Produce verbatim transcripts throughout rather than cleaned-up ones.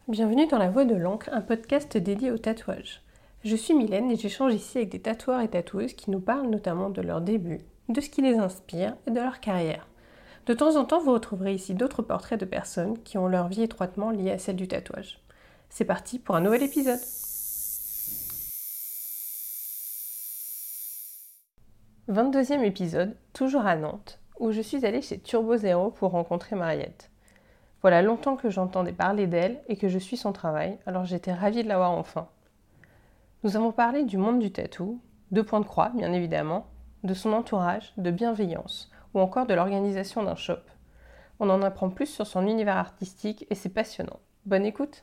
Bienvenue dans La Voix de l'encre, un podcast dédié au tatouage. Je suis Mylène et j'échange ici avec des tatoueurs et tatoueuses qui nous parlent notamment de leurs débuts, de ce qui les inspire et de leur carrière. De temps en temps, vous retrouverez ici d'autres portraits de personnes qui ont leur vie étroitement liée à celle du tatouage. C'est parti pour un nouvel épisode. vingt-deuxième épisode, toujours à Nantes, où je suis allée chez Turbo Zero pour rencontrer Mariette. Voilà longtemps que j'entendais parler d'elle et que je suis son travail, alors j'étais ravie de la voir enfin. Nous avons parlé du monde du tatou, de Point de Croix bien évidemment, de son entourage, de bienveillance, ou encore de l'organisation d'un shop. On en apprend plus sur son univers artistique et c'est passionnant. Bonne écoute!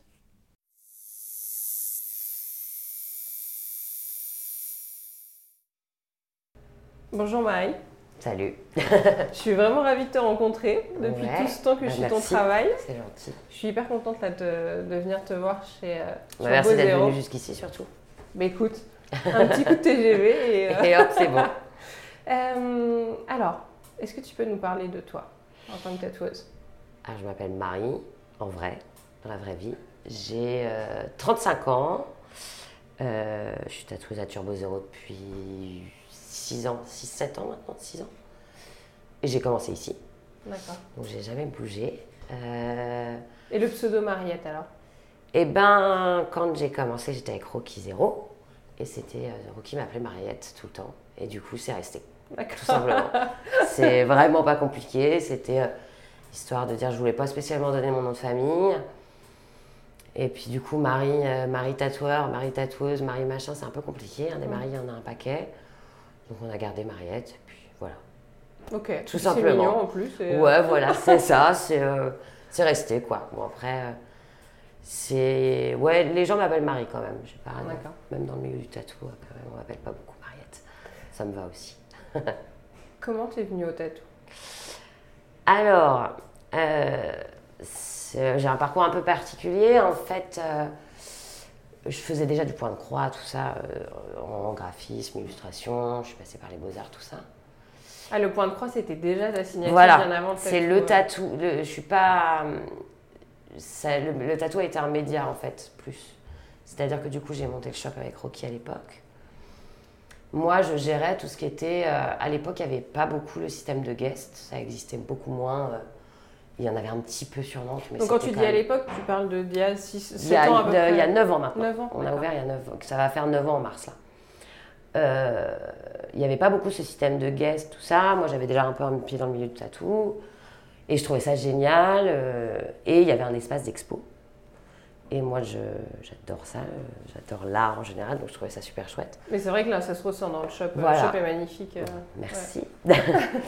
Bonjour Marie. Salut. Je suis vraiment ravie de te rencontrer depuis ouais, tout ce temps que bah je suis merci, ton travail. C'est gentil. Je suis hyper contente là, de, de venir te voir chez euh, bah, Merci Turbo d'être Zero. venu jusqu'ici surtout. Mais écoute, un petit coup de T G V et, euh... et hop, c'est bon. euh, alors, est-ce que tu peux nous parler de toi en tant que tatoueuse? Alors, je m'appelle Marie, en vrai, dans la vraie vie. J'ai euh, trente-cinq ans. Euh, je suis tatoueuse à Turbo Zero depuis six ans, six sept ans maintenant, six ans. Et j'ai commencé ici. D'accord. Donc j'ai jamais bougé. Euh... Et le pseudo Mariette alors? Eh ben, quand j'ai commencé, j'étais avec Rocky Zero. Et c'était, euh, Rocky m'appelait Mariette tout le temps. Et du coup, c'est resté. D'accord. Tout simplement. C'est vraiment pas compliqué. C'était euh, histoire de dire, je voulais pas spécialement donner mon nom de famille. Et puis du coup, Marie, euh, Marie tatoueur, Marie tatoueuse, Marie machin, c'est un peu compliqué. Hein, des Mm. Marie, il y en a un paquet. Donc on a gardé Mariette. Et puis voilà. Ok. Tout C'est simplement. mignon en plus. Et... Ouais, voilà, c'est ça. C'est, euh, c'est resté quoi. Bon après, euh, c'est ouais, les gens m'appellent Marie quand même. Je sais pas. D'accord. Même dans le milieu du tatou, quand même, on m'appelle pas beaucoup Mariette. Ça me va aussi. Comment t'es venue au tatou? Alors, euh, j'ai un parcours un peu particulier. En fait, euh, je faisais déjà du point de croix, tout ça, euh, en graphisme, illustration. Je suis passée par les beaux-arts, tout ça. Ah, le point de croix, c'était déjà ta signature Voilà, bien avant le tatou. c'est le tatou. Le, je suis pas. Ça, le, le tatou a été un média en fait, plus. C'est-à-dire que du coup, j'ai monté le shop avec Rocky à l'époque. Moi, je gérais tout ce qui était... Euh, à l'époque, il n'y avait pas beaucoup le système de guest. Ça existait beaucoup moins. Euh, il y en avait un petit peu sur Nantes. Mais Donc quand tu quand dis à même... l'époque, tu parles de d'il y a six, sept il y a, ans à peu de, près. Il y a neuf ans maintenant. neuf ans, On d'accord. a ouvert il y a neuf ans. Ça va faire neuf ans en mars là. Euh, il n'y avait pas beaucoup ce système de guest, tout ça. Moi, j'avais déjà un peu un pied dans le milieu du tatou. Et je trouvais ça génial. Euh, et il y avait un espace d'expo. Et moi, je, j'adore ça, j'adore l'art en général, donc je trouvais ça super chouette. Mais c'est vrai que là, ça se ressent dans le shop. Voilà. Le shop est magnifique. Euh, Merci. Ouais.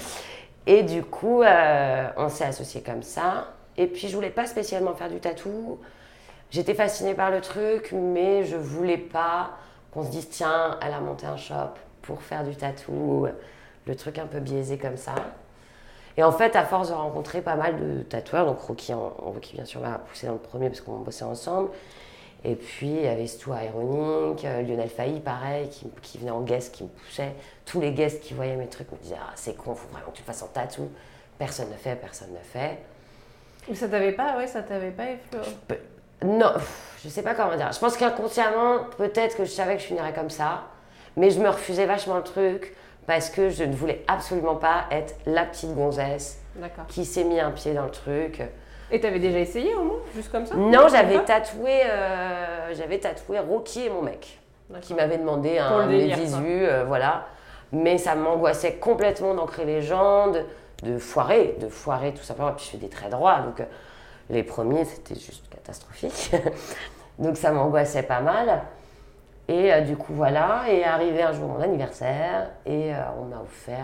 Et du coup, euh, on s'est associés comme ça. Et puis, je voulais pas spécialement faire du tatou. J'étais fascinée par le truc, mais je voulais pas qu'on se dise, tiens, elle a monté un shop pour faire du tatou. Le truc un peu biaisé comme ça. Et en fait, à force de rencontrer pas mal de tatoueurs, donc Rocky, en, Rocky bien sûr m'a poussé dans le premier parce qu'on bossait ensemble. Et puis, il y avait Stu Ironic, euh, Lionel Failly, pareil, qui, qui venait en guest, qui me poussait. Tous les guests qui voyaient mes trucs me disaient « Ah, c'est con, faut vraiment que tu le fasses en tatou. » Personne ne fait, personne ne fait. Mais ça t'avait pas, ouais, ça t'avait pas effleuré? Non, je sais pas comment dire. Je pense qu'inconsciemment, peut-être que je savais que je finirais comme ça. Mais je me refusais vachement le truc. Parce que je ne voulais absolument pas être la petite gonzesse D'accord. qui s'est mis un pied dans le truc. Et t'avais déjà essayé au moins, juste comme ça? Non, j'avais tatoué, euh, j'avais tatoué Rocky et mon mec, D'accord. qui m'avait demandé un délire, visu, euh, voilà. Mais ça m'angoissait complètement d'ancrer les gens, de, de foirer, de foirer tout simplement. Et puis je fais des traits droits, donc euh, les premiers c'était juste catastrophique. Donc ça m'angoissait pas mal. Et euh, du coup, voilà, et arrivé un jour mon anniversaire, et euh, on m'a offert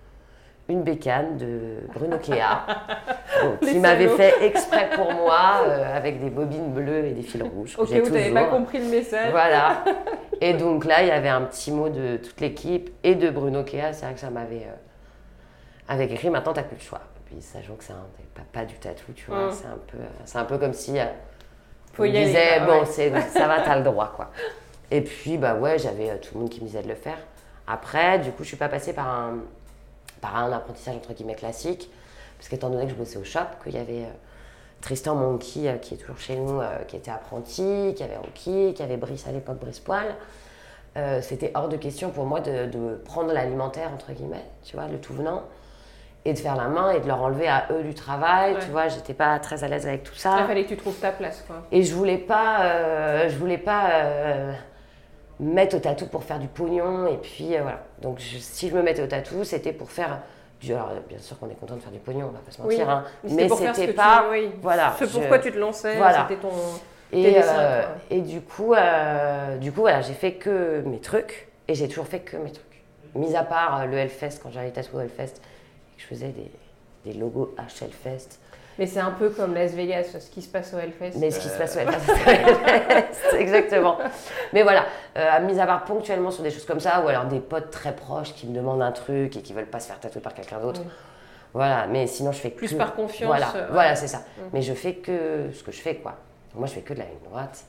une bécane de Bruno Kea, donc, qui m'avait fait exprès pour moi, euh, avec des bobines bleues et des fils rouges. Ok, vous n'avez pas compris le message. Voilà. Et donc là, il y avait un petit mot de toute l'équipe et de Bruno Kea, c'est vrai que ça m'avait euh, avec écrit, maintenant t'as plus le choix. Et puis, sachant que c'est un papa du tatou, tu vois, mm. c'est, un peu, c'est un peu comme si euh, Faut on y me aller, disait, quoi, bon, ouais. c'est, ça va, t'as le droit, quoi. Et puis, bah ouais, j'avais euh, tout le monde qui me disait de le faire. Après, du coup, je ne suis pas passée par un, par un apprentissage entre guillemets classique, parce qu'étant donné que je bossais au shop, qu'il y avait euh, Tristan, mon qui, euh, qui est toujours chez nous, euh, qui était apprenti, qui avait Rocky, qui avait Brice à l'époque, Brice Poil. Euh, c'était hors de question pour moi de, de prendre l'alimentaire, entre guillemets, tu vois, le tout venant, et de faire la main et de leur enlever à eux du travail, ouais. Tu vois, j'étais pas très à l'aise avec tout ça. Il fallait que tu trouves ta place, quoi. Et je voulais pas, euh, je voulais pas euh, mettre au tatou pour faire du pognon, et puis euh, voilà. Donc je, si je me mettais au tatou, c'était pour faire du... Alors bien sûr qu'on est content de faire du pognon, on va pas se mentir, oui, hein, mais c'était pas... Tu, oui. Voilà. Ce pourquoi tu te lançais, voilà. C'était ton... Et, euh, et du coup, euh, du coup voilà, j'ai fait que mes trucs, et j'ai toujours fait que mes trucs. Mis à part euh, le Hellfest, quand j'allais tatouer au Hellfest, et que je faisais des, des logos H Hellfest. Mais c'est un peu comme Las Vegas, ce qui se passe au Hellfest. Mais ce qui euh... se passe au Hellfest, exactement. Mais voilà, euh, mis à part ponctuellement sur des choses comme ça, ou alors des potes très proches qui me demandent un truc et qui veulent pas se faire tatouer par quelqu'un d'autre. Oui. Voilà, mais sinon je fais plus que... par confiance. Voilà, euh... voilà c'est ça. Mmh. Mais je fais que ce que je fais, quoi. Moi, je fais que de la ligne droite.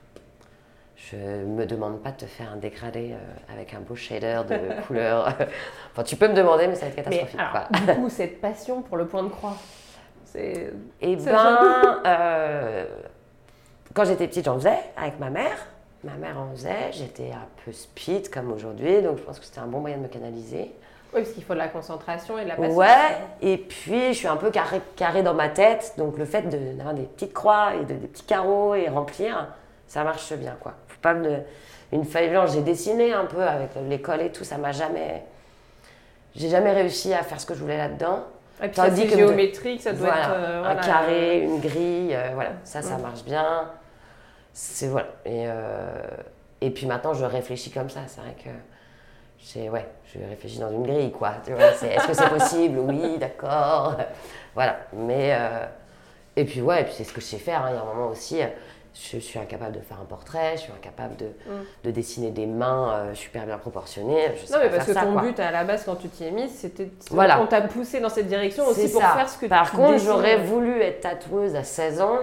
Je me demande pas de te faire un dégradé euh, avec un beau shader de couleur. Enfin, tu peux me demander, mais ça va être catastrophique. Mais alors, quoi. Du coup, cette passion pour le point de croix, c'est... Eh ben, euh, quand j'étais petite, j'en faisais avec ma mère. Ma mère en faisait. J'étais un peu speed comme aujourd'hui, donc je pense que c'était un bon moyen de me canaliser. Oui, parce qu'il faut de la concentration et de la patience. Ouais, et puis je suis un peu carré, carré dans ma tête, donc le fait de, d'avoir des petites croix et de, des petits carreaux et remplir, ça marche bien, quoi. Faut pas me, une feuille blanche, j'ai dessiné un peu avec l'école et tout, ça m'a jamais... J'ai jamais réussi à faire ce que je voulais là-dedans. Et puis ça, c'est que géométrique, ça doit voilà, être... Euh, un voilà, carré, une grille, euh, voilà, ça, ça mmh. marche bien. C'est, voilà. Et, euh, et puis maintenant, je réfléchis comme ça, c'est vrai que... J'ai, ouais, je réfléchis dans une grille, quoi. Tu vois, c'est, est-ce que c'est possible? Oui, d'accord. Voilà. Mais, euh, et puis, ouais, et puis c'est ce que je sais faire. Hein. Il y a un moment aussi, je, je suis incapable de faire un portrait, je suis incapable de, mm. de dessiner des mains euh, super bien proportionnées. Je sais non, pas mais parce faire que ça, ton quoi. but à la base, quand tu t'y es mise, c'était. Voilà. On t'a poussé dans cette direction aussi c'est pour ça. faire ce que Par tu Par contre, dessines. J'aurais voulu être tatoueuse à seize ans.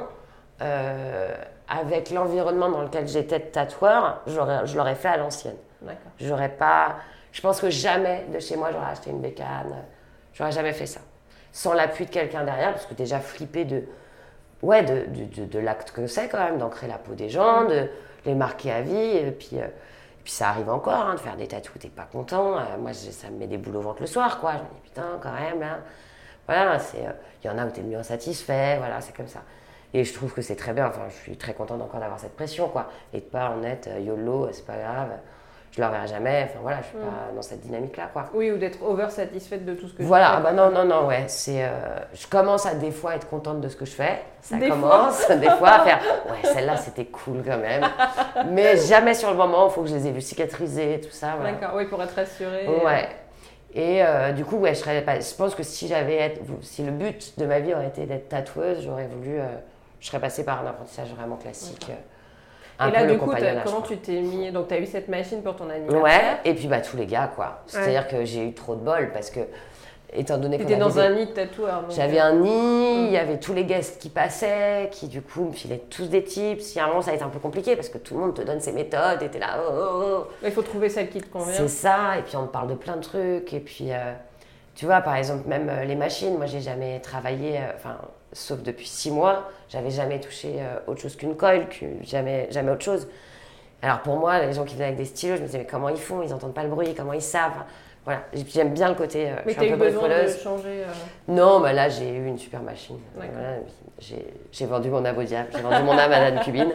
Euh, avec l'environnement dans lequel j'étais de tatoueur, j'aurais, je l'aurais fait à l'ancienne. D'accord. J'aurais pas. Je pense que jamais de chez moi j'aurais acheté une bécane. J'aurais jamais fait ça. Sans l'appui de quelqu'un derrière, parce que déjà flippé de, ouais, de, de, de, de l'acte que c'est quand même, d'ancrer la peau des gens, de les marquer à vie. Et puis, euh, et puis ça arrive encore hein, de faire des tatous, t'es pas content. Euh, moi, ça me met des boules au ventre le soir, quoi. Je me dis putain, quand même, là. Voilà, il y en a où t'es mieux insatisfait, voilà, c'est comme ça. Et je trouve que c'est très bien, enfin, je suis très contente encore d'avoir cette pression, quoi. Et de pas en être euh, YOLO, c'est pas grave. Je ne le reverrai jamais, enfin voilà, je suis mmh. pas dans cette dynamique-là, quoi. Oui, ou d'être over satisfaite de tout ce que voilà, je fais. Voilà, ah bah non, non, non, ouais, c'est... Euh, je commence à des fois être contente de ce que je fais, ça des commence, fois. des fois à faire, ouais, celle-là, c'était cool quand même. Mais jamais sur le moment, il faut que je les ai vues cicatriser, tout ça, voilà. D'accord, oui, pour être rassurée. Ouais. Et euh, du coup, ouais, je, serais pas, je pense que si j'avais... Si le but de ma vie aurait été d'être tatoueuse, j'aurais voulu... Euh, je serais passée par un apprentissage vraiment classique. Un et là, du coup, comment tu t'es mis... Donc, tu as eu cette machine pour ton anniversaire. Ouais, et puis bah, tous les gars, quoi. C'est-à-dire ouais. que j'ai eu trop de bol parce que, étant donné que. Tu étais dans des... un nid de tatoueurs. J'avais un nid, il mmh. y avait tous les guests qui passaient, qui du coup me filaient tous des tips. Il y a un moment, ça a été un peu compliqué parce que tout le monde te donne ses méthodes et t'es là. Oh, oh, oh. Il faut trouver celle qui te convient. C'est ça, et puis on te parle de plein de trucs. Et puis, euh, tu vois, par exemple, même euh, les machines, moi, j'ai jamais travaillé. Enfin. Euh, Sauf depuis six mois, j'avais jamais touché euh, autre chose qu'une coil, que jamais, jamais autre chose. Alors pour moi, les gens qui venaient avec des stylos, je me disais mais comment ils font? Ils n'entendent pas le bruit, comment ils savent? Enfin, voilà, j'aime bien le côté. Euh, mais tu as eu besoin de changer euh... Non, bah là j'ai eu une super machine. Voilà, j'ai, j'ai vendu mon âme au diable, j'ai vendu mon âme à Dan Cubine.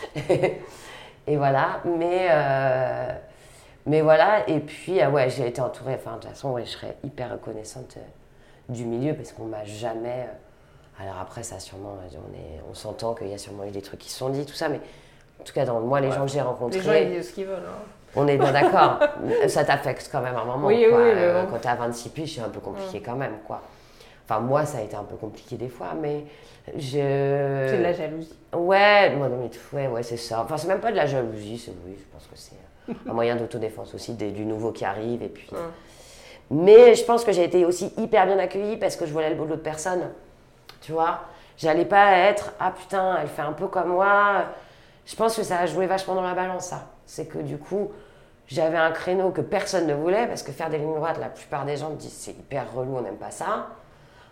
Et voilà, mais euh, mais voilà. Et puis euh, ouais, j'ai été entourée. Enfin de toute façon, ouais, je serais hyper reconnaissante euh, du milieu parce qu'on m'a jamais. Euh, Alors après, ça sûrement, on, est, on s'entend qu'il y a sûrement eu des trucs qui se sont dit, tout ça, mais en tout cas, dans moi, les ouais. gens que j'ai rencontrés... Les gens, ils disent ce qu'ils veulent. Hein. On est bien d'accord. Ça t'affecte quand même un moment, oui, quoi. Oui, euh, bon. Quand t'as vingt-six piges, c'est un peu compliqué ouais. quand même, quoi. Enfin, moi, ça a été un peu compliqué des fois, mais je... C'est de la jalousie. Ouais, moi, non, mais, ouais, ouais, c'est ça. Enfin, c'est même pas de la jalousie, c'est, oui, je pense que c'est un moyen d'autodéfense aussi, des, du nouveau qui arrive, et puis... Ouais. Mais je pense que j'ai été aussi hyper bien accueillie parce que je voyais le boulot de personne, tu vois. J'allais pas être « Ah putain, elle fait un peu comme moi ». Je pense que ça a joué vachement dans la balance, ça. C'est que du coup, j'avais un créneau que personne ne voulait parce que faire des lignes droites, la plupart des gens me disent « C'est hyper relou, on n'aime pas ça ».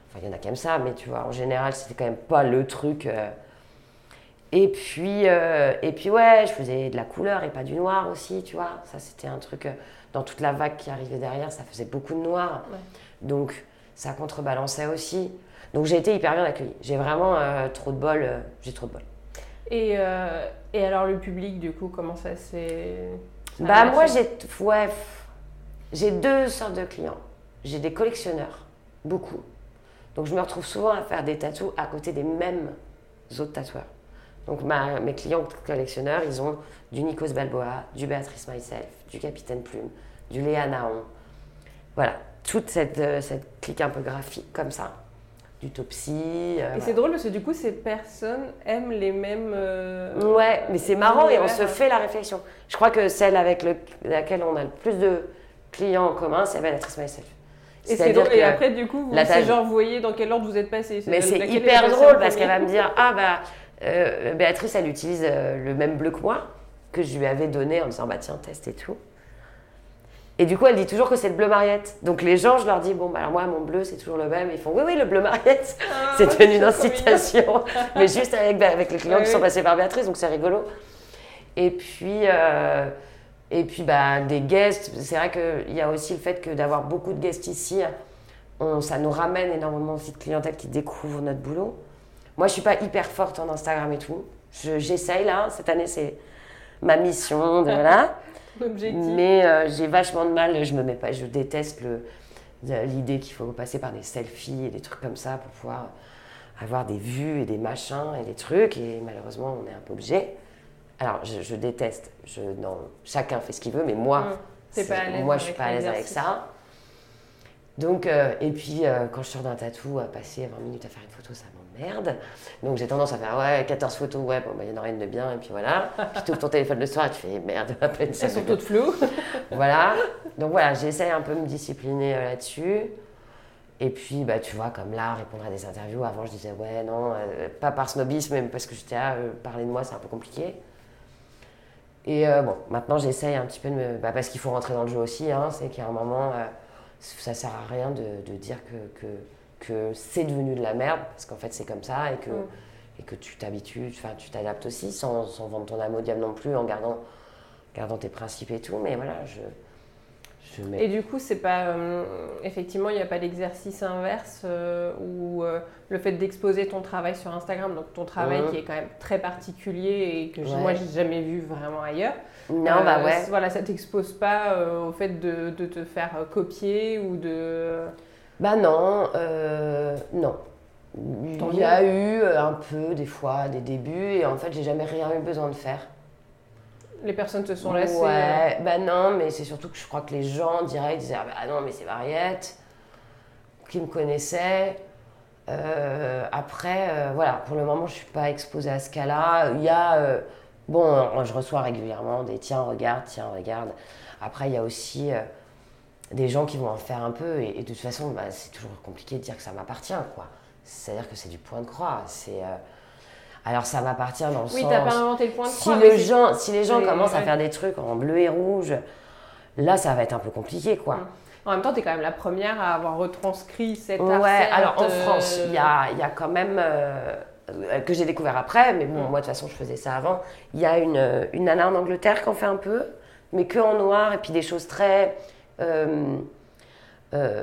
Enfin, il y en a qui aiment ça, mais tu vois, en général, c'était quand même pas le truc. Euh. Et puis, euh, et puis, ouais, je faisais de la couleur et pas du noir aussi, tu vois. Ça, c'était un truc, euh, dans toute la vague qui arrivait derrière, ça faisait beaucoup de noir. Ouais. Donc, ça contrebalançait aussi. Donc, j'ai été hyper bien accueillie. J'ai vraiment euh, trop de bol, euh, j'ai trop de bol. Et, euh, et alors, le public, du coup, comment ça s'est... Ça bah, moi, j'ai, ouais, j'ai deux sortes de clients. J'ai des collectionneurs, beaucoup. Donc, je me retrouve souvent à faire des tatous à côté des mêmes autres tatoueurs. Donc, ma, mes clients collectionneurs, ils ont du Nikos Balboa, du Beatrice Myself, du Capitaine Plume, du Léa Naon. Voilà, toute cette, euh, cette clique un peu graphique comme ça. Du Topsy. Euh, et voilà. C'est drôle parce que du coup, ces personnes aiment les mêmes. Euh, ouais, mais c'est marrant et on se fait la réflexion. Je crois que celle avec le, laquelle on a le plus de clients en commun, c'est Beatrice Myself. Et, c'est drôle, et après, du coup, vous, c'est genre, vous voyez dans quel ordre vous êtes passé. Mais c'est hyper drôle parce qu'elle va me dire ah bah. Euh, Béatrice, elle utilise euh, le même bleu que moi, que je lui avais donné en me disant bah tiens, teste et tout. Et du coup, elle dit toujours que c'est le bleu Mariette. Donc les gens, je leur dis bon, bah alors moi, mon bleu, c'est toujours le même. Ils font oui, oui, le bleu Mariette. Ah, c'est devenu une incitation. Mais juste avec, avec les clients oui, qui oui. sont passés par Béatrice, donc c'est rigolo. Et puis, euh, et puis bah, des guests, c'est vrai qu'il y a aussi le fait que d'avoir beaucoup de guests ici, on, ça nous ramène énormément aussi de clientèle qui découvre notre boulot. Moi, je ne suis pas hyper forte en Instagram et tout. Je, j'essaye là. Cette année, c'est ma mission. De, voilà. Mais euh, j'ai vachement de mal. Je me mets pas. Je déteste le, l'idée qu'il faut passer par des selfies et des trucs comme ça pour pouvoir avoir des vues et des machins et des trucs. Et malheureusement, on est un peu obligé. Alors, je, je déteste. Je, non, chacun fait ce qu'il veut, mais moi, mmh. c'est c'est, pas à l'aise moi je ne suis pas à l'aise avec ça. Donc, euh, et puis, euh, quand je sors d'un tatou, à passer vingt minutes à faire une photo, ça m'emmerde. Donc, j'ai tendance à faire, ouais, quatorze photos, ouais, bon, bah, il y en aura une de bien, et puis voilà. Puis, tu ouvres ton téléphone le soir et tu fais, merde, à peine ça. Elles sont toutes floues. Voilà. Donc, voilà, j'essaie un peu de me discipliner euh, là-dessus. Et puis, bah, tu vois, comme là, répondre à des interviews. Avant, je disais, ouais, non, euh, pas par snobisme, mais parce que j'étais à euh, parler de moi, c'est un peu compliqué. Et euh, bon, maintenant, j'essaye un petit peu de me. Bah, parce qu'il faut rentrer dans le jeu aussi, hein, c'est qu'il y a un moment. Euh, ça sert à rien de, de dire que, que, que c'est devenu de la merde, parce qu'en fait c'est comme ça et que, mm. et que tu t'habitues, enfin tu t'adaptes aussi sans, sans vendre ton âme au diable non plus, en gardant, gardant tes principes et tout, mais voilà, je... je mets... Et du coup, c'est pas... Euh, effectivement, il n'y a pas l'exercice inverse euh, où euh, le fait d'exposer ton travail sur Instagram, donc ton travail mm. qui est quand même très particulier et que ouais. moi j'ai jamais vu vraiment ailleurs. Non, euh, bah ouais. Voilà, ça t'expose pas euh, au fait de, de te faire copier ou de... Bah non, euh, non. Tant Il y a eu un peu, des fois, des débuts, et en fait, j'ai jamais rien eu besoin de faire. Les personnes te sont laissées. Ouais, bah non, mais c'est surtout que je crois que les gens direct disaient ah bah non, mais c'est Mariette, qui me connaissaient. Euh, après, euh, voilà, pour le moment, je suis pas exposée à ce cas-là. Il y a... Euh, Bon, je reçois régulièrement des « tiens, regarde, tiens, regarde ». Après, il y a aussi euh, des gens qui vont en faire un peu. Et, et de toute façon, bah, c'est toujours compliqué de dire que ça m'appartient, quoi. C'est-à-dire que c'est du point de croix. C'est, euh... Alors, ça m'appartient dans le oui, sens… Oui, t'as pas inventé le point de si croix. Le gens, si les gens mais commencent ouais. à faire des trucs en bleu et rouge, là, ça va être un peu compliqué, quoi. Hum. En même temps, tu es quand même la première à avoir retranscrit cette ouais, art. Ouais, alors en euh... France, il y a, y a quand même… Euh... que j'ai découvert après, mais bon, mmh. moi de toute façon je faisais ça avant. Il y a une, une nana en Angleterre qui en fait un peu, mais que en noir, et puis des choses très, euh, euh,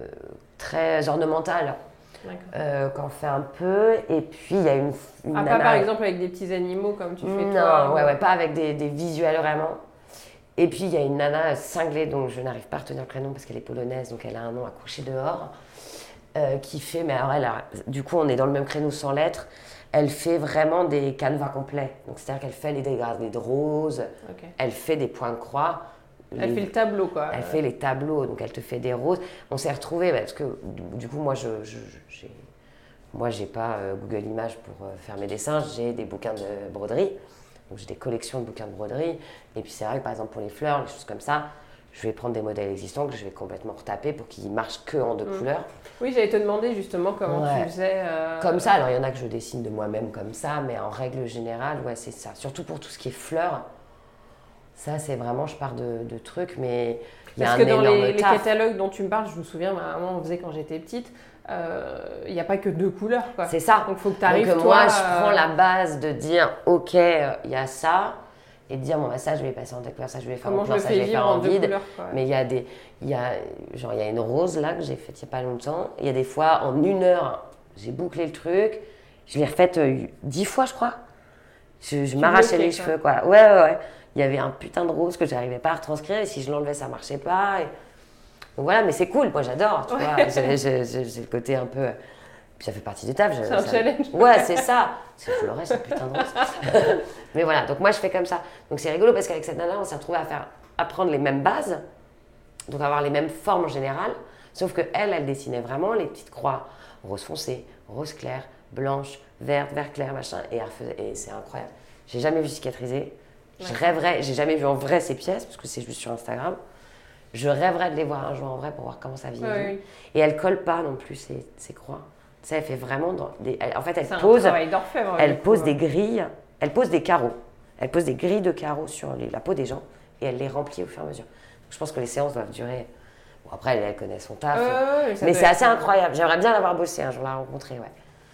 très ornementales euh, qu'en fait un peu. Et puis il y a une, une ah, nana… Pas par exemple avec des petits animaux comme tu fais non, toi. Non, ouais, ouais, pas avec des, des visuels vraiment. Et puis il y a une nana cinglée, dont je n'arrive pas à retenir le prénom parce qu'elle est polonaise, donc elle a un nom accroché dehors. Euh, qui fait, mais alors elle a, du coup on est dans le même créneau sans lettres, elle fait vraiment des canevas complets, donc c'est-à-dire qu'elle fait les dégradés de roses, okay. Elle fait des points de croix. Elle les, fait le tableau quoi. Elle fait les tableaux, donc elle te fait des roses. On s'est retrouvés, parce que du coup moi je, je, j'ai, moi j'ai pas euh, Google Images pour euh, faire mes dessins, j'ai des bouquins de broderie, donc j'ai des collections de bouquins de broderie, et puis c'est vrai que par exemple pour les fleurs, les choses comme ça, je vais prendre des modèles existants que je vais complètement retaper pour qu'ils marchent que en deux mmh. couleurs. Oui, j'allais te demander justement comment ouais. tu faisais. Euh... Comme ça, alors il y en a que je dessine de moi-même comme ça, mais en règle générale, ouais, c'est ça. Surtout pour tout ce qui est fleurs, ça c'est vraiment, je pars de, de trucs, mais… il y a Parce un que dans énorme les, les taf. catalogues dont tu me parles, je me souviens, à un moment, on faisait quand j'étais petite, il euh, n'y a pas que deux couleurs, quoi. C'est ça. Donc, il faut que tu arrives, Donc, toi... moi, je euh, prends la base de dire, OK, il euh, y a ça, et de dire, bon, bah, ça, je vais passer en telle couleur, ça, je vais faire Comment en je le couleur, ça, je fais vais faire vivre en en deux vide. couleurs, quoi. Mais il y a des... Il y a, genre, il y a une rose, là, que j'ai faite il n'y a pas longtemps. Il y a des fois, en une heure, j'ai bouclé le truc. Je l'ai refaite euh, dix fois, je crois. Je, je m'arrachais les cheveux, quoi. Ouais, ouais, ouais. Il y avait un putain de rose que je n'arrivais pas à retranscrire. Et si je l'enlevais, ça ne marchait pas. Et... Donc voilà, mais c'est cool. Moi, j'adore, tu ouais. vois. J'ai, j'ai, j'ai, j'ai le côté un peu... Puis ça fait partie du taf. C'est un ça... challenge. Ouais, c'est ça. Je l'aurais, cette putain de rose. Mais voilà, donc moi, je fais comme ça. Donc c'est rigolo parce qu'avec cette nana, on s'est retrouvés à faire... à prendre les mêmes bases. Donc avoir les mêmes formes en général. Sauf qu'elle, elle, elle dessinait vraiment les petites croix. Rose foncé, rose clair, blanche, verte, vert clair, machin. Et, elle faisait... et c'est incroyable. J'ai jamais vu cicatriser. Je rêverais, j'ai jamais vu en vrai ces pièces, parce que c'est juste sur Instagram. Je rêverais de les voir un jour en vrai pour voir comment ça vieillit. Oui, oui. Et elle colle pas non plus ces, ces croix. Tu sais, elle fait vraiment dans des. Elle, en fait, elle c'est pose. Un travail d'orfèvre. Elle pose coup, des hein. grilles. Elle pose des carreaux. Elle pose des grilles de carreaux sur les, la peau des gens et elle les remplit au fur et à mesure. Donc, je pense que les séances doivent durer. Bon, après, elle, elle connaît son taf. Euh, mais c'est assez incroyable. J'aimerais bien l'avoir bossé un jour, la rencontrer, ouais.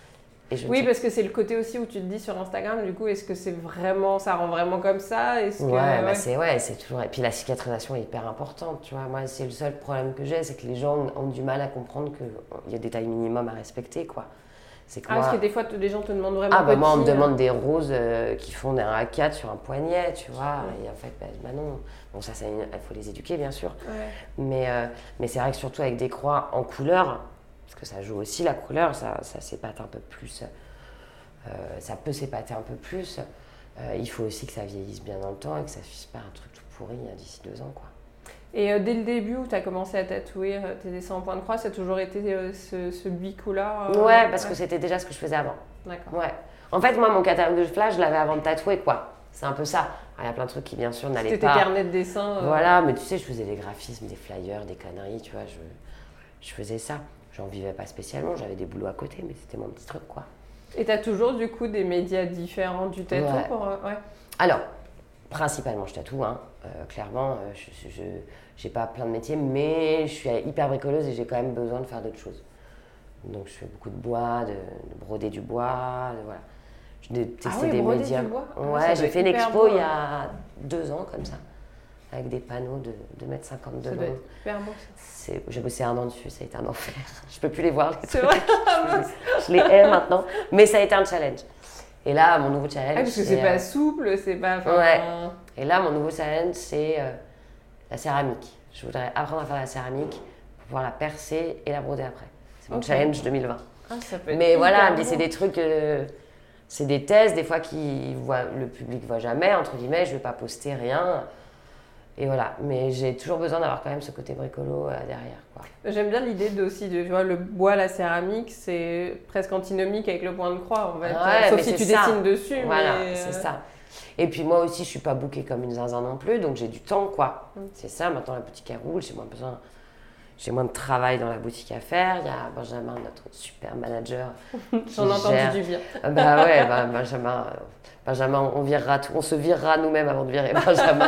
Oui, sais... parce que c'est le côté aussi où tu te dis sur Instagram, du coup, est-ce que c'est vraiment, ça rend vraiment comme ça est-ce ouais, que... bah ouais, c'est ouais, c'est toujours. Et puis la cicatrisation est hyper importante, tu vois. Moi, c'est le seul problème que j'ai, c'est que les gens ont du mal à comprendre qu'il y a des tailles minimum à respecter, quoi. C'est que ah, moi... parce que des fois, les gens te demandent vraiment. Ah, bah petit, moi, on me euh... demande des roses euh, qui font un A quatre sur un poignet, tu vois. Ouais. Et en fait, bah, bah non. Bon, ça, il faut les éduquer, bien sûr. Ouais. Mais, euh, mais c'est vrai que surtout avec des croix en couleur, parce que ça joue aussi la couleur, ça, ça s'épate un peu plus. Euh, ça peut s'épater un peu plus. Euh, il faut aussi que ça vieillisse bien dans le temps et que ça ne fasse pas un truc tout pourri d'ici deux ans, quoi. Et euh, dès le début où tu as commencé à tatouer euh, tes dessins en point de croix, ça a toujours été euh, ce, ce bicolore euh, Ouais, parce ouais. que c'était déjà ce que je faisais avant. D'accord. Ouais. En fait, moi, mon catalogue de flash, je l'avais avant de tatouer, quoi. C'est un peu ça. Il y a plein de trucs qui, bien sûr, n'allaient c'était pas. C'était tes carnets de dessin. Euh... Voilà, mais tu sais, je faisais des graphismes, des flyers, des conneries, tu vois. Je, je faisais ça. J'en vivais pas spécialement, j'avais des boulots à côté, mais c'était mon petit truc, quoi. Et tu as toujours du coup des médias différents du tatou ouais. pour, euh, ouais. Alors, principalement je tatoue, hein. euh, clairement, euh, je n'ai pas plein de métiers, mais je suis hyper bricoleuse et j'ai quand même besoin de faire d'autres choses. Donc je fais beaucoup de bois, de, de broder du bois, de, voilà. Je de tester ah oui, des broder médias. Du bois. Ouais, ah, j'ai fait une expo beau, il y a hein. deux ans comme ça, avec des panneaux de deux mètres cinquante de long. Ça doit être super beau ça. J'ai bossé un an dessus, ça a été un enfer. Je peux plus les voir. C'est vrai. je, je les hais maintenant, mais ça a été un challenge. Et là, mon nouveau challenge. Ah, parce que c'est pas euh... souple, c'est pas. Ouais. Et là, mon nouveau challenge, c'est euh, la céramique. Je voudrais apprendre à faire la céramique pour pouvoir la percer et la broder après. C'est mon okay. challenge deux mille vingt. Ah, ça peut être mais voilà, bon. Mais c'est des trucs, euh, c'est des tests, des fois que le public ne voit jamais, entre guillemets, je ne vais pas poster rien. Et voilà, mais j'ai toujours besoin d'avoir quand même ce côté bricolo euh, derrière, quoi. J'aime bien l'idée de, aussi, de, tu vois, le bois, la céramique, c'est presque antinomique avec le point de croix, en fait. Ouais, sauf si tu ça. dessines dessus. Voilà, mais... c'est ça. Et puis moi aussi, je suis pas bookée comme une zinzin non plus, donc j'ai du temps, quoi. Mm. C'est ça, maintenant la boutique elle roule, j'ai moins besoin, j'ai moins de travail dans la boutique à faire. Il y a Benjamin, notre super manager. J'en ai entendu du bien. Bah ouais, bah, Benjamin, Benjamin, on virera tout, on se virera nous-mêmes avant de virer Benjamin,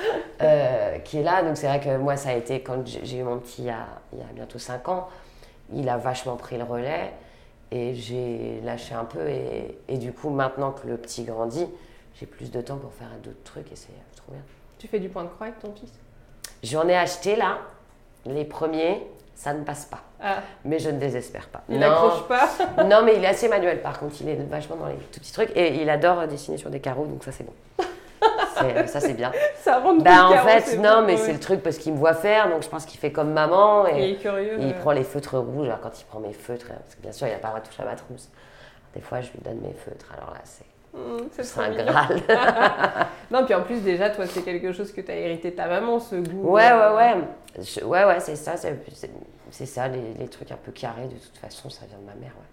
euh, qui est là. Donc c'est vrai que moi, ça a été quand j'ai eu mon petit il y a, il y a bientôt cinq ans, il a vachement pris le relais et j'ai lâché un peu. Et, et du coup, maintenant que le petit grandit, j'ai plus de temps pour faire d'autres trucs et c'est trop bien. Tu fais du point de croix avec ton fils ? J'en ai acheté là, les premiers, ça ne passe pas. Ah. Mais je ne désespère pas. Il n'accroche pas ? Non, mais il est assez manuel par contre, il est vachement dans les tout petits trucs et il adore dessiner sur des carreaux, donc ça c'est bon. C'est, ça c'est bien. Ça rentre bah, en carreau, fait, non, bon, mais ouais. c'est le truc parce qu'il me voit faire, donc je pense qu'il fait comme maman. Et, il est curieux. Et il ouais. prend les feutres rouges, alors quand il prend mes feutres, parce que bien sûr il n'a pas le droit de toucher à ma trousse. Des fois je lui donne mes feutres, alors là c'est. Mmh, c'est c'est un Graal. Non, puis en plus, déjà, toi, c'est quelque chose que tu as hérité de ta maman, ce goût. Ouais, euh... ouais, ouais. Je, ouais, ouais, c'est ça. C'est, c'est, c'est ça, les, les trucs un peu carrés, de toute façon, ça vient de ma mère,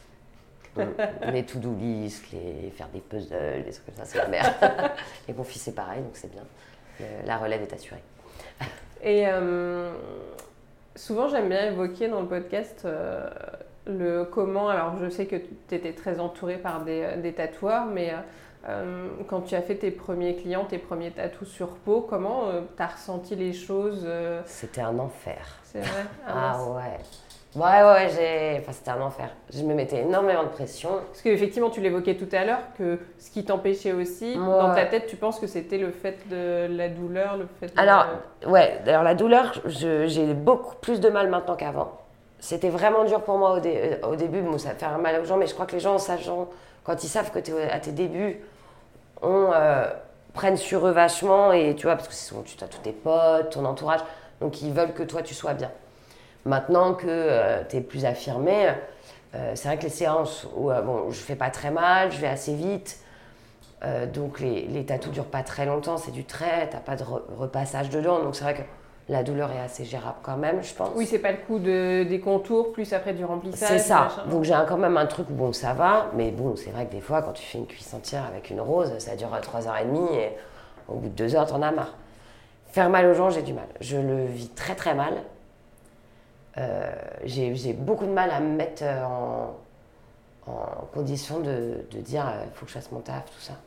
ouais. Les to-do list, les faire des puzzles, des trucs comme ça, c'est ma mère. Et mon fils, c'est pareil, donc c'est bien. Le, la relève est assurée. Et euh, souvent, j'aime bien évoquer dans le podcast... Euh, le comment, alors je sais que tu étais très entourée par des, des tatoueurs, mais Euh, quand tu as fait tes premiers clients, tes premiers tatous sur peau, comment euh, tu as ressenti les choses euh... C'était un enfer. C'est vrai? Ah, ah ouais. Ouais, ouais, j'ai... Enfin, c'était un enfer. Je me mettais énormément de pression. Parce qu'effectivement, tu l'évoquais tout à l'heure, que ce qui t'empêchait aussi, ouais. Dans ta tête, tu penses que c'était le fait de la douleur, le fait de... Alors, ouais, alors la douleur, je, j'ai beaucoup plus de mal maintenant qu'avant. C'était vraiment dur pour moi au, dé, au début, bon, ça fait mal aux gens, mais je crois que les gens, sachant, quand ils savent que tu es à tes débuts, on, euh, prennent sur eux vachement, et tu vois, parce que c'est, tu as tous tes potes, ton entourage, donc ils veulent que toi, tu sois bien. Maintenant que euh, tu es plus affirmé, euh, c'est vrai que les séances où euh, bon, je fais pas très mal, je vais assez vite, euh, donc les, les tatous durent pas très longtemps, c'est du trait, t'as pas de re- repassage dedans, donc c'est vrai que la douleur est assez gérable quand même, je pense. Oui, c'est pas le coup de, des contours, plus après du remplissage. C'est ça, donc j'ai un, quand même un truc où bon, ça va, mais bon, c'est vrai que des fois, quand tu fais une cuisse entière avec une rose, ça dure trois heures trente et au bout de deux heures, t'en as marre. Faire mal aux gens, j'ai du mal. Je le vis très très mal. Euh, j'ai, j'ai beaucoup de mal à me mettre en, en condition de, de dire il euh, faut que je fasse mon taf, tout ça.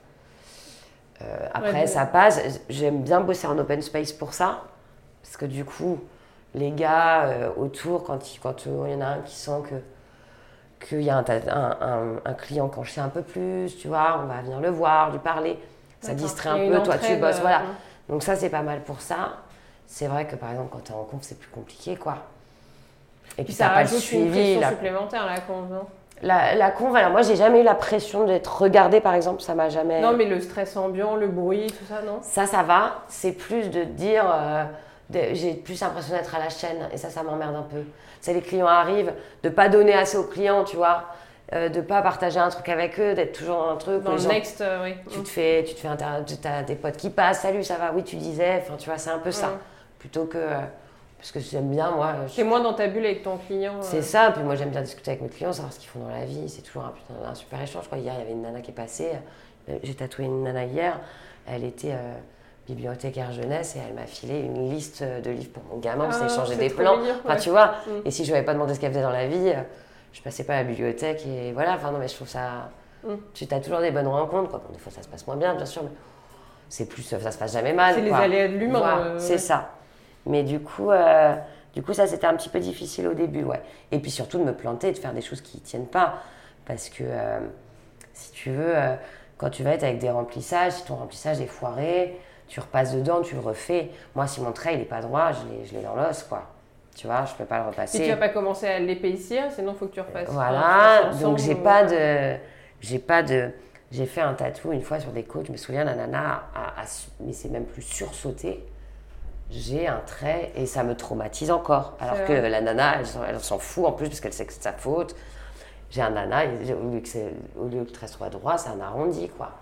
Euh, après, ouais, ça passe. J'aime bien bosser en open space pour ça, parce que du coup, les gars euh, autour, quand il quand, euh, y en a un qui sent que, qu'il y a un, un, un, un client qui en chie un peu plus, tu vois, on va venir le voir, lui parler. Ça D'accord. distrait un peu, toi tu bosses, euh, voilà. Ouais. Donc ça, c'est pas mal pour ça. C'est vrai que par exemple, quand tu es en conf, c'est plus compliqué, quoi. Et puis, puis ça pas rajoute le suivi, une pression la... supplémentaire, la conf, non? La, la conf, alors moi, j'ai jamais eu la pression d'être regardée, par exemple, ça m'a jamais... Non, mais le stress ambiant, le bruit, tout ça, non? Ça, ça va. C'est plus de dire... Euh, de, j'ai plus l'impression d'être à la chaîne, et ça, ça m'emmerde un peu. C'est les clients arrivent, de pas donner assez aux clients, tu vois, euh, de pas partager un truc avec eux, d'être toujours dans un truc... Dans le gens, next, euh, oui. Tu te fais... Tu te fais inter... T'as des potes qui passent, salut, ça va? Oui, tu disais... Enfin, tu vois, c'est un peu ça. Mm. Plutôt que... Euh, parce que j'aime bien, moi... C'est moins dans ta bulle avec ton client. C'est euh... ça, puis moi j'aime bien discuter avec mes clients, savoir ce qu'ils font dans la vie, c'est toujours un, putain, un super échange. Je crois hier, il y avait une nana qui est passée, j'ai tatoué une nana hier, elle était euh, bibliothécaire jeunesse et elle m'a filé une liste de livres pour mon gamin, on s'est échangé des plans, mignon, enfin ouais. Tu vois, mm. Et si je ne lui avais pas demandé ce qu'elle faisait dans la vie, je passais pas à la bibliothèque et voilà, enfin non mais je trouve ça... Mm. Tu as toujours des bonnes rencontres, quoi. Bon, des fois ça se passe moins bien, bien sûr, mais c'est plus, ça se passe jamais mal. C'est quoi. Les aléas de l'humain. Voilà, euh, c'est ouais. ça. Mais du coup, euh, du coup, ça, c'était un petit peu difficile au début, ouais. Et puis surtout de me planter et de faire des choses qui ne tiennent pas. Parce que, euh, si tu veux, euh, quand tu vas être avec des remplissages, si ton remplissage est foiré, tu repasses dedans, tu le refais. Moi, si mon trait, il n'est pas droit, je l'ai, je l'ai dans l'os, quoi. Tu vois, je ne peux pas le repasser. Et tu vas pas commencer à l'épaissir, sinon il faut que tu repasses. Voilà, ensemble, donc j'ai ou... pas de... J'ai pas de... J'ai fait un tatou une fois sur des côtes, je me souviens, la nana a, a, mais c'est même plus sursauté. J'ai un trait et ça me traumatise encore. Alors c'est que vrai. La nana, elle, elle s'en fout en plus parce qu'elle sait que c'est sa faute. J'ai un nana, au lieu que, c'est, au lieu que le trait soit droit, c'est un arrondi, quoi.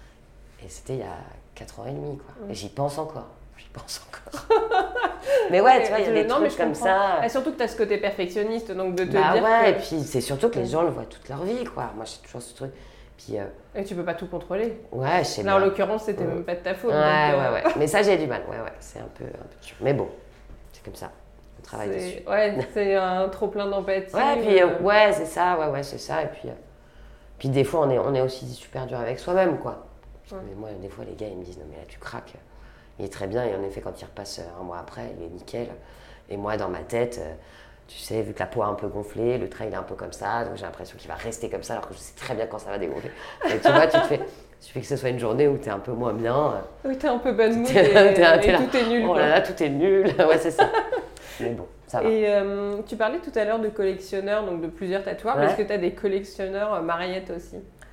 Et c'était il y a quatre ans et demi, quoi. Mmh. Et j'y pense encore. J'y pense encore. Mais ouais, ouais, tu vois, il y a des non, trucs comme ça. Et surtout que tu as ce côté perfectionniste, donc de te bah dire ouais, que... et puis c'est surtout que les gens le voient toute leur vie, quoi. Moi, j'ai toujours ce truc. Puis, euh... Et tu peux pas tout contrôler. Ouais, je sais Là, bien. en l'occurrence, c'était mmh. même pas de ta faute. Ouais, donc, ouais, euh... ouais. Mais ça, j'ai du mal. Ouais, ouais. C'est un peu, un peu dur. Mais bon, c'est comme ça. On travaille c'est... dessus. Ouais, c'est un trop plein d'empathie. Ouais, puis euh... ouais, c'est ça. Ouais, ouais, c'est ça. Et puis, euh... puis des fois, on est, on est aussi super dur avec soi-même, quoi. Ouais. Mais moi, des fois, les gars, ils me disent non, mais là, tu craques. Il est très bien. Et en effet, quand il repasse un mois après, il est nickel. Et moi, dans ma tête. Euh... Tu sais, vu que la peau a un peu gonflé, le trait il est un peu comme ça, donc j'ai l'impression qu'il va rester comme ça, alors que je sais très bien quand ça va dégonfler. Et tu vois, tu te fais, il suffit que ce soit une journée où tu es un peu moins bien. Oui, tu es un peu bonne mood et, t'es, t'es et tout est nul. Oh là là, tout est nul. Ouais, c'est ça. Mais bon, ça va. Et euh, tu parlais tout à l'heure de collectionneurs, donc de plusieurs tatoueurs. Ouais. Est-ce que tu as des collectionneurs euh, Mariette aussi?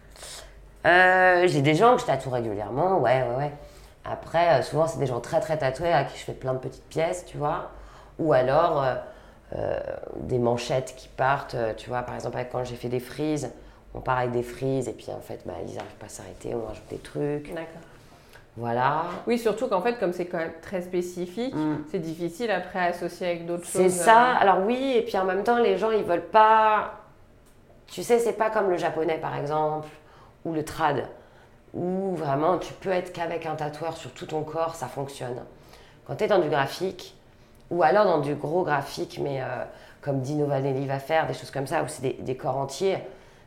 euh, J'ai des gens que je tatoue régulièrement, ouais, ouais, ouais. Après, euh, souvent, c'est des gens très, très tatoués à qui je fais plein de petites pièces, tu vois. Ou alors... Euh, Euh, des manchettes qui partent, euh, tu vois, par exemple quand j'ai fait des frises, on part avec des frises et puis en fait bah, ils n'arrivent pas à s'arrêter, on rajoute des trucs. D'accord. Voilà. Oui, surtout qu'en fait comme c'est quand même très spécifique, mm. c'est difficile après à associer avec d'autres c'est choses. C'est ça, euh... alors oui, et puis en même temps les gens ils veulent pas, tu sais c'est pas comme le japonais par exemple, ou le trad, où vraiment tu peux être qu'avec un tatoueur sur tout ton corps, ça fonctionne. Quand tu es dans du graphique, ou alors dans du gros graphique, mais euh, comme Dino Vanelli va faire, des choses comme ça, où c'est des, des corps entiers,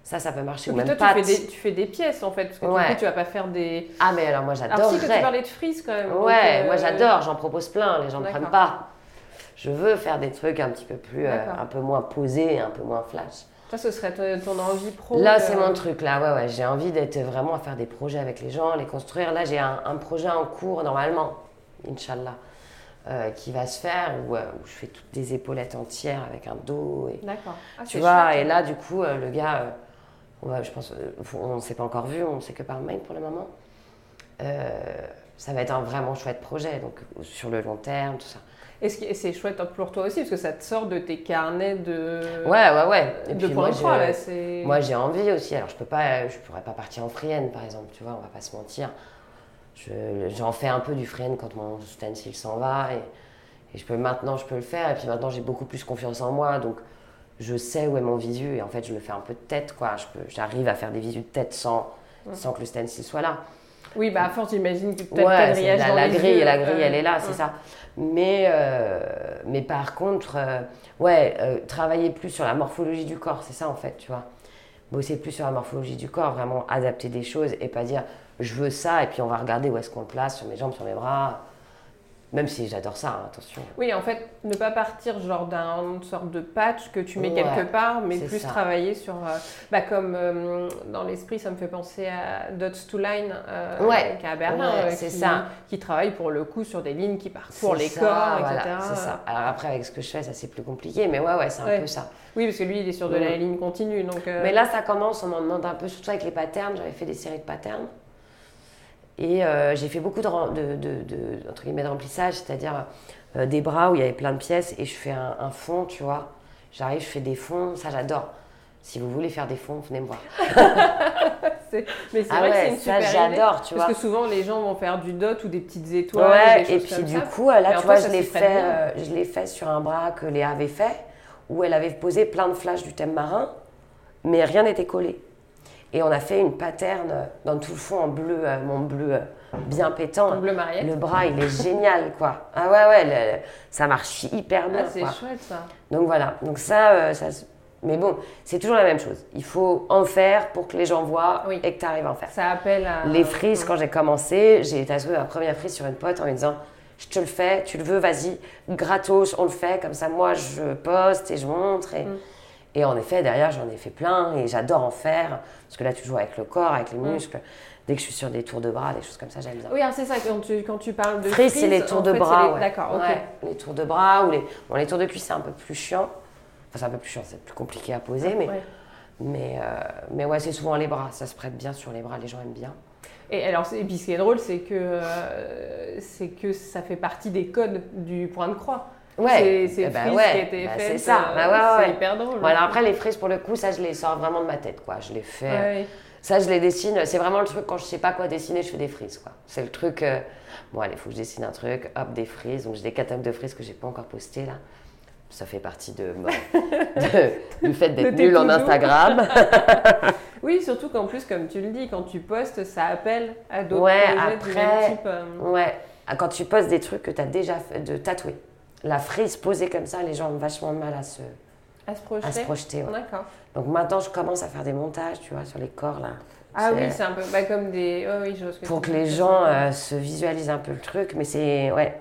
Ça, ça peut marcher. Et ou puis même toi, tu pâte. fais, des, tu fais des pièces en fait, parce que Ouais. du coup, tu vas pas faire des. Ah, mais alors moi, Alors, si, que tu j'adorerais. parlais de frises quand même. donc, Ouais, euh, moi, j'adore. J'en propose plein. Les gens ne D'accord. prennent pas. Je veux faire des trucs un petit peu plus, euh, D'accord. un peu moins posés, un peu moins flash. Ça, ce serait ton, ton envie pro. Là, de- c'est mon truc. Là, ouais, ouais. J'ai envie d'être vraiment à faire des projets avec les gens, les construire. Là, j'ai un, un projet en cours, normalement, Inch'Allah, euh, qui va se faire, où, euh, où je fais toutes des épaulettes entières avec un dos. Et, D'accord. Ah, tu c'est vois, chouette. et là, du coup, euh, le gars, euh, on va, je pense, euh, faut- on ne s'est pas encore vu, on ne sait que par mail pour le moment. Euh, ça va être un vraiment chouette projet, donc sur le long terme, tout ça. Et ce qui- et c'est chouette pour toi aussi, parce que ça te sort de tes carnets de. Ouais, ouais, ouais. Et de puis point moi, de croix, je- là. C'est... Moi, j'ai envie aussi. Alors, je peux pas, je pourrais pas partir en freehand, par exemple, tu vois, on va pas se mentir. Je- j'en fais un peu du freehand quand mon stencil s'en va, et, et je peux maintenant, je peux le faire. Et puis maintenant, j'ai beaucoup plus confiance en moi, donc je sais où est mon visu, et en fait, je le fais un peu de tête, quoi. Je peux, j'arrive à faire des visus de tête sans, Ouais. sans que le stencil soit là. Oui, bah à force, j'imagine que tu as Ouais, le c'est quadrillage la, dans la les grille, yeux. la grille, euh, elle est là, c'est ouais. ça. Mais, euh, mais par contre, euh, ouais, euh, travailler plus sur la morphologie du corps, c'est ça en fait, tu vois. Bosser plus sur la morphologie du corps, vraiment adapter des choses et pas dire je veux ça et puis on va regarder où est-ce qu'on le place, sur mes jambes, sur mes bras. Même si j'adore ça, hein, attention. Oui, en fait, ne pas partir genre d'une sorte de patch que tu mets Ouais, quelque part, mais c'est plus ça. travailler sur... euh, bah, comme euh, dans l'esprit, ça me fait penser à Dots to Line, euh, Ouais, qui est à Berlin, ouais, euh, c'est qui, ça. qui travaille pour le coup sur des lignes qui parcourent C'est les ça, corps, voilà, et cetera. c'est ça. Alors après, avec ce que je fais, ça c'est plus compliqué, mais ouais, ouais, c'est un Ouais. peu ça. Oui, parce que lui, il est sur de Mm. la ligne continue, donc... euh, Mais là, ça commence, on m'en demande un peu, surtout avec les patterns. J'avais fait des séries de patterns. Et euh, j'ai fait beaucoup de, ren- de, de, de, entre guillemets, de remplissage, c'est-à-dire euh, des bras où il y avait plein de pièces et je fais un, un fond, tu vois. J'arrive, je fais des fonds, ça j'adore. Si vous voulez faire des fonds, venez me voir. c'est- Mais c'est Ah vrai que c'est ouais, une ça super j'adore, idée, tu parce vois. que souvent, les gens vont faire du dot ou des petites étoiles, Ouais, des et choses puis comme du ça. coup, là, Mais en tu vois, toi, je ça l'ai s'y prête fait, bien. euh, je l'ai fait sur un bras que Léa avait fait, où elle avait posé plein de flashs du thème marin, mais rien n'était collé. Et on a fait une pattern dans tout le fond en bleu, euh, mon bleu euh, bien pétant. En bleu Mariette. Le bras, il est génial, quoi. Ah ouais, ouais, le- le- ça marche hyper bien, Ah, c'est quoi. chouette, ça. Donc voilà, donc ça, euh, ça se- mais bon, c'est toujours la même chose. Il faut en faire pour que les gens voient Oui. et que tu arrives à en faire. Ça appelle à... Les frises, quand j'ai commencé, j'ai tatoué ma première frise sur une pote en lui disant je te le fais, tu le veux, vas-y, gratos, on le fait, comme ça moi je poste et je montre. Et, Mm. et en effet, derrière j'en ai fait plein et j'adore en faire, parce que là tu joues avec le corps, avec les Mm. muscles. Dès que je suis sur des tours de bras, des choses comme ça, j'aime bien. Oui, alors c'est ça, quand tu, quand tu parles de Frise, frise, c'est les tours en de fait, bras. c'est les- Ouais. D'accord, ok. Ouais, les tours de bras ou les, bon, les tours de cuisse, c'est un peu plus chiant. Enfin, c'est un peu plus chiant, c'est plus compliqué à poser, mais, Ouais. mais, euh, mais ouais, c'est souvent les bras. Ça se prête bien sur les bras, les gens aiment bien. Et alors, c'est- et puis ce qui est drôle, c'est que, euh, c'est que ça fait partie des codes du point de croix. Ouais, C'est c'est eh ben frises ouais, qui a été bah faite, c'est ça. euh, Bah ouais, ouais, c'est ouais. hyper drôle. Bon, alors après, les frises, pour le coup, ça, je les sors vraiment de ma tête, quoi. Je les fais. Ouais, ouais. Ça, je les dessine. C'est vraiment le truc, quand je sais pas quoi dessiner, je fais des frises, quoi. C'est le truc. euh, Bon, allez, il faut que je dessine un truc, hop, des frises. Donc, j'ai des catalogues de frises que j'ai pas encore postées, là. Ça fait partie de, bon, de- du fait d'être De tes nul en to-do. Instagram. Oui, surtout qu'en plus, comme tu le dis, quand tu postes, ça appelle à d'autres Ouais, projets du après- même type. euh, Ouais, Ah, quand tu poses des trucs que tu as déjà fait, de tatouer. La frise posée comme ça, les gens ont vachement de mal à se, à se projeter. à se projeter. Ouais. D'accord. Donc maintenant, je commence à faire des montages, tu vois, sur les corps, là. Ah C'est- oui, c'est un peu bah, comme des. Oh, oui, je vois ce que Pour tu que veux les dire. gens euh, se visualisent un peu le truc, mais c'est. Ouais.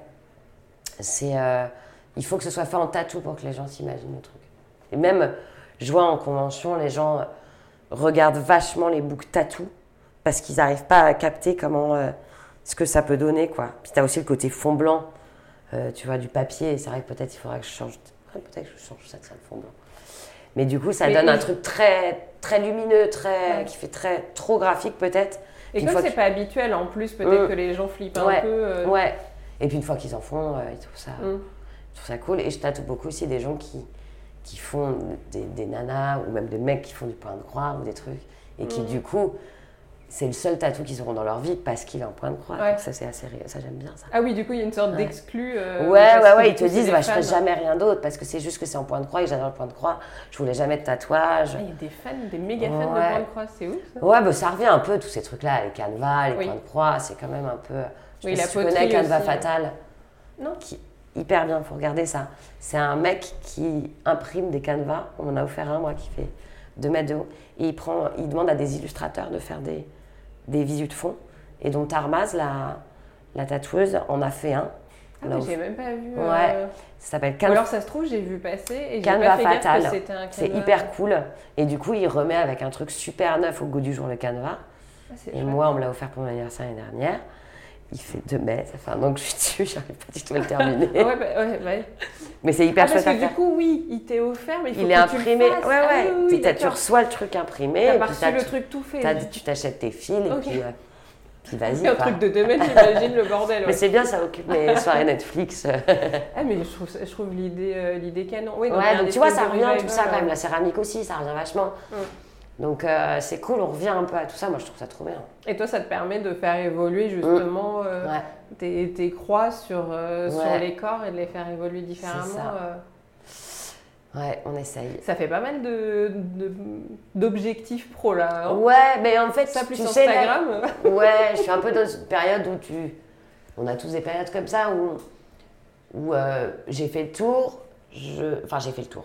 C'est. euh, il faut que ce soit fait en tatou pour que les gens s'imaginent le truc. Et même, je vois en convention, les gens regardent vachement les boucles tatou parce qu'ils n'arrivent pas à capter comment. euh, ce que ça peut donner, quoi. Puis tu as aussi le côté fond blanc, euh, tu vois, du papier. Et c'est vrai que peut-être il faudra que je change. Ouais, peut-être que je change ça de ça, le fond blanc. Mais du coup, ça Mais donne oui. un truc très, très lumineux, très, Ouais. qui fait très, trop graphique peut-être. Et Une comme fois c'est que- pas habituel, en plus, peut-être Mm. que les gens flippent Ouais, un peu. euh, Ouais. Et puis une fois qu'ils en font, euh, ils, trouvent ça, mm. ils trouvent ça cool. Et je tatoue beaucoup aussi des gens qui, qui font des, des nanas ou même des mecs qui font du point de croix ou des trucs. Et qui Mm. du coup, c'est le seul tatou qu'ils auront dans leur vie parce qu'il est en point de croix. Ouais. Donc ça, c'est assez, ça j'aime bien ça. Ah oui, du coup, il y a une sorte Ouais. d'exclus. euh, ouais, parce ouais, que ouais, du ils te coup, c'est disent, des bah, je ferai fans. jamais rien d'autre parce que c'est juste que c'est en point de croix et que j'adore le point de croix. Je voulais jamais de tatouage. Ah, il y a des fans, des méga fans de Ouais. point de croix, c'est ouf ça. Ouais, bah, ça revient un peu, tous ces trucs-là, les canevas, les Oui. points de croix, c'est quand même un peu. Je sais Oui, pas la si tu connais poterie Canva aussi, Fatal. Non. Qui hyper bien, il faut regarder ça. C'est un mec qui imprime des canevas. On m'en a offert un, moi, qui fait deux mètres de haut. Et il, prend, il demande à des illustrateurs de faire des, des visus de fond. Et donc Tarmaz, la, la tatoueuse, en a fait un. Ah oui, j'ai même pas vu. Ouais, euh... ça s'appelle Canva. Alors ça se trouve, j'ai vu passer et j'ai Canva pas fait Fatal. gaffe que c'était un Canva. C'est hyper cool. Et du coup, il remet avec un truc super neuf au goût du jour, le Canva. Ah, et chouette. Moi, on me l'a offert pour mon anniversaire l'année dernière. Il fait deux mètres, ça fait un an que je suis dessus, j'arrive pas du tout à le terminer. ouais, bah, ouais, ouais. Mais c'est hyper ah, chouette à faire. Parce que du coup, oui, il t'est offert, mais il faut il que est tu imprimé. le fasses. Ouais, ouais. Ah, oui, oui, tu reçois le truc imprimé. T'as pas reçu le truc tout fait. Tu t'achètes tes fils et okay. puis, euh, puis vas-y. C'est un truc de deux mètres, j'imagine, le bordel. Ouais. Mais c'est bien, ça occupe mes soirées Netflix. ah, mais je trouve, je trouve l'idée, euh, l'idée canon. Oui, donc, ouais, donc tu vois, ça revient revival, tout ça ouais. quand même. La céramique aussi, ça revient vachement. Mm. Donc euh, c'est cool, on revient un peu à tout ça, moi je trouve ça trop bien. Et toi, ça te permet de faire évoluer justement mmh. euh, ouais. tes, tes croix sur, euh, ouais. sur les corps et de les faire évoluer différemment. C'est ça. Euh... Ouais, on essaye. Ça fait pas mal de, de, d'objectifs pro là. Hein ouais, mais en fait, ça plus tu Instagram. sais, là, ouais, je suis un peu dans une période où tu... On a tous des périodes comme ça où, où euh, j'ai fait le tour, je... enfin j'ai fait le tour.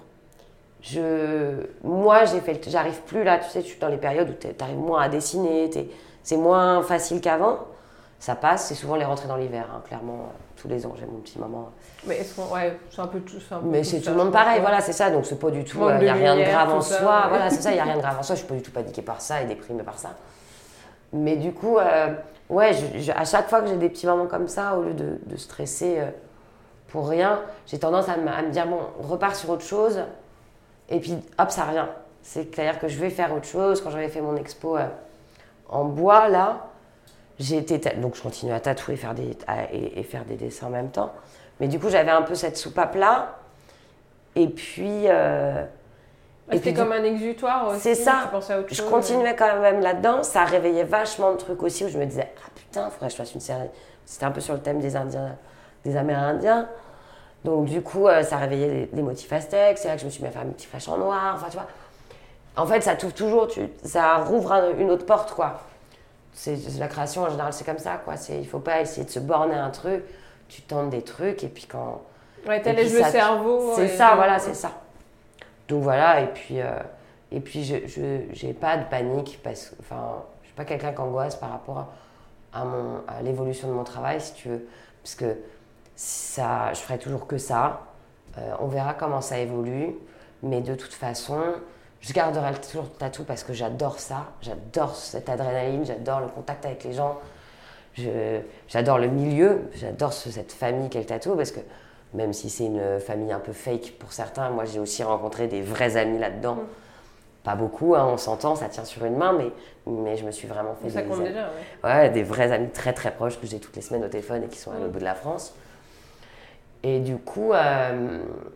Je, moi, j'ai fait, j'arrive plus là, tu sais, je suis dans les périodes où tu arrives moins à dessiner, c'est moins facile qu'avant. Ça passe, c'est souvent les rentrées dans l'hiver, hein, clairement. Tous les ans, j'ai mon petit moment. Mais est-ce qu'on, ouais, c'est un peu tout ça. Mais c'est tout le monde pareil, voilà, c'est ça. Donc c'est pas du tout, il n'y a rien de grave en soi. Voilà, c'est ça, il n'y a rien de grave en soi. Je suis pas du tout paniquée par ça et déprimée par ça. Mais du coup, euh, ouais, je, je, à chaque fois que j'ai des petits moments comme ça, au lieu de, de stresser euh, pour rien, j'ai tendance à me, à me dire bon, on repart sur autre chose. Et puis, hop, ça revient. C'est-à-dire que je vais faire autre chose. Quand j'avais fait mon expo euh, en bois, là, j'ai été... Ta... Donc, je continue à tatouer faire des... à... et, et faire des dessins en même temps. Mais du coup, j'avais un peu cette soupape-là. Et puis... Euh... C'était comme du... un exutoire aussi. C'est ça. Tu pensais à autre je chose, continuais quand même là-dedans. Ça réveillait vachement de trucs aussi où je me disais « Ah putain, il faudrait que je fasse une série. » C'était un peu sur le thème des Indiens, des Amérindiens. Donc, du coup, euh, ça réveillait les, les motifs aztèques. C'est là que je me suis mis à faire mes petits flashs en noir. Enfin, tu vois. En fait, ça t'ouvre toujours, tu, ça rouvre un, une autre porte, quoi. C'est, la création, en général, c'est comme ça, quoi. C'est, il ne faut pas essayer de se borner à un truc. Tu tentes des trucs et puis quand... Ouais, t'allèges le cerveau. C'est ça, voilà, c'est ça. Donc, voilà. Et puis, euh, et puis je n'ai pas de panique parce que... Enfin, je ne suis pas quelqu'un qui angoisse par rapport à, mon, à l'évolution de mon travail, si tu veux. Parce que... Ça, je ferai toujours que ça. Euh, on verra comment ça évolue. Mais de toute façon, je garderai toujours le tatou parce que j'adore ça. J'adore cette adrénaline, j'adore le contact avec les gens. Je, j'adore le milieu, j'adore ce, cette famille qu'est le tatou parce que même si c'est une famille un peu fake pour certains, moi j'ai aussi rencontré des vrais amis là-dedans. Mmh. Pas beaucoup, hein, on s'entend, ça tient sur une main, mais, mais je me suis vraiment fait ça des, compte amis, déjà, ouais. Ouais, des vrais amis très très proches que j'ai toutes les semaines au téléphone et qui sont à mmh. l'autre bout de la France. Et du coup, euh,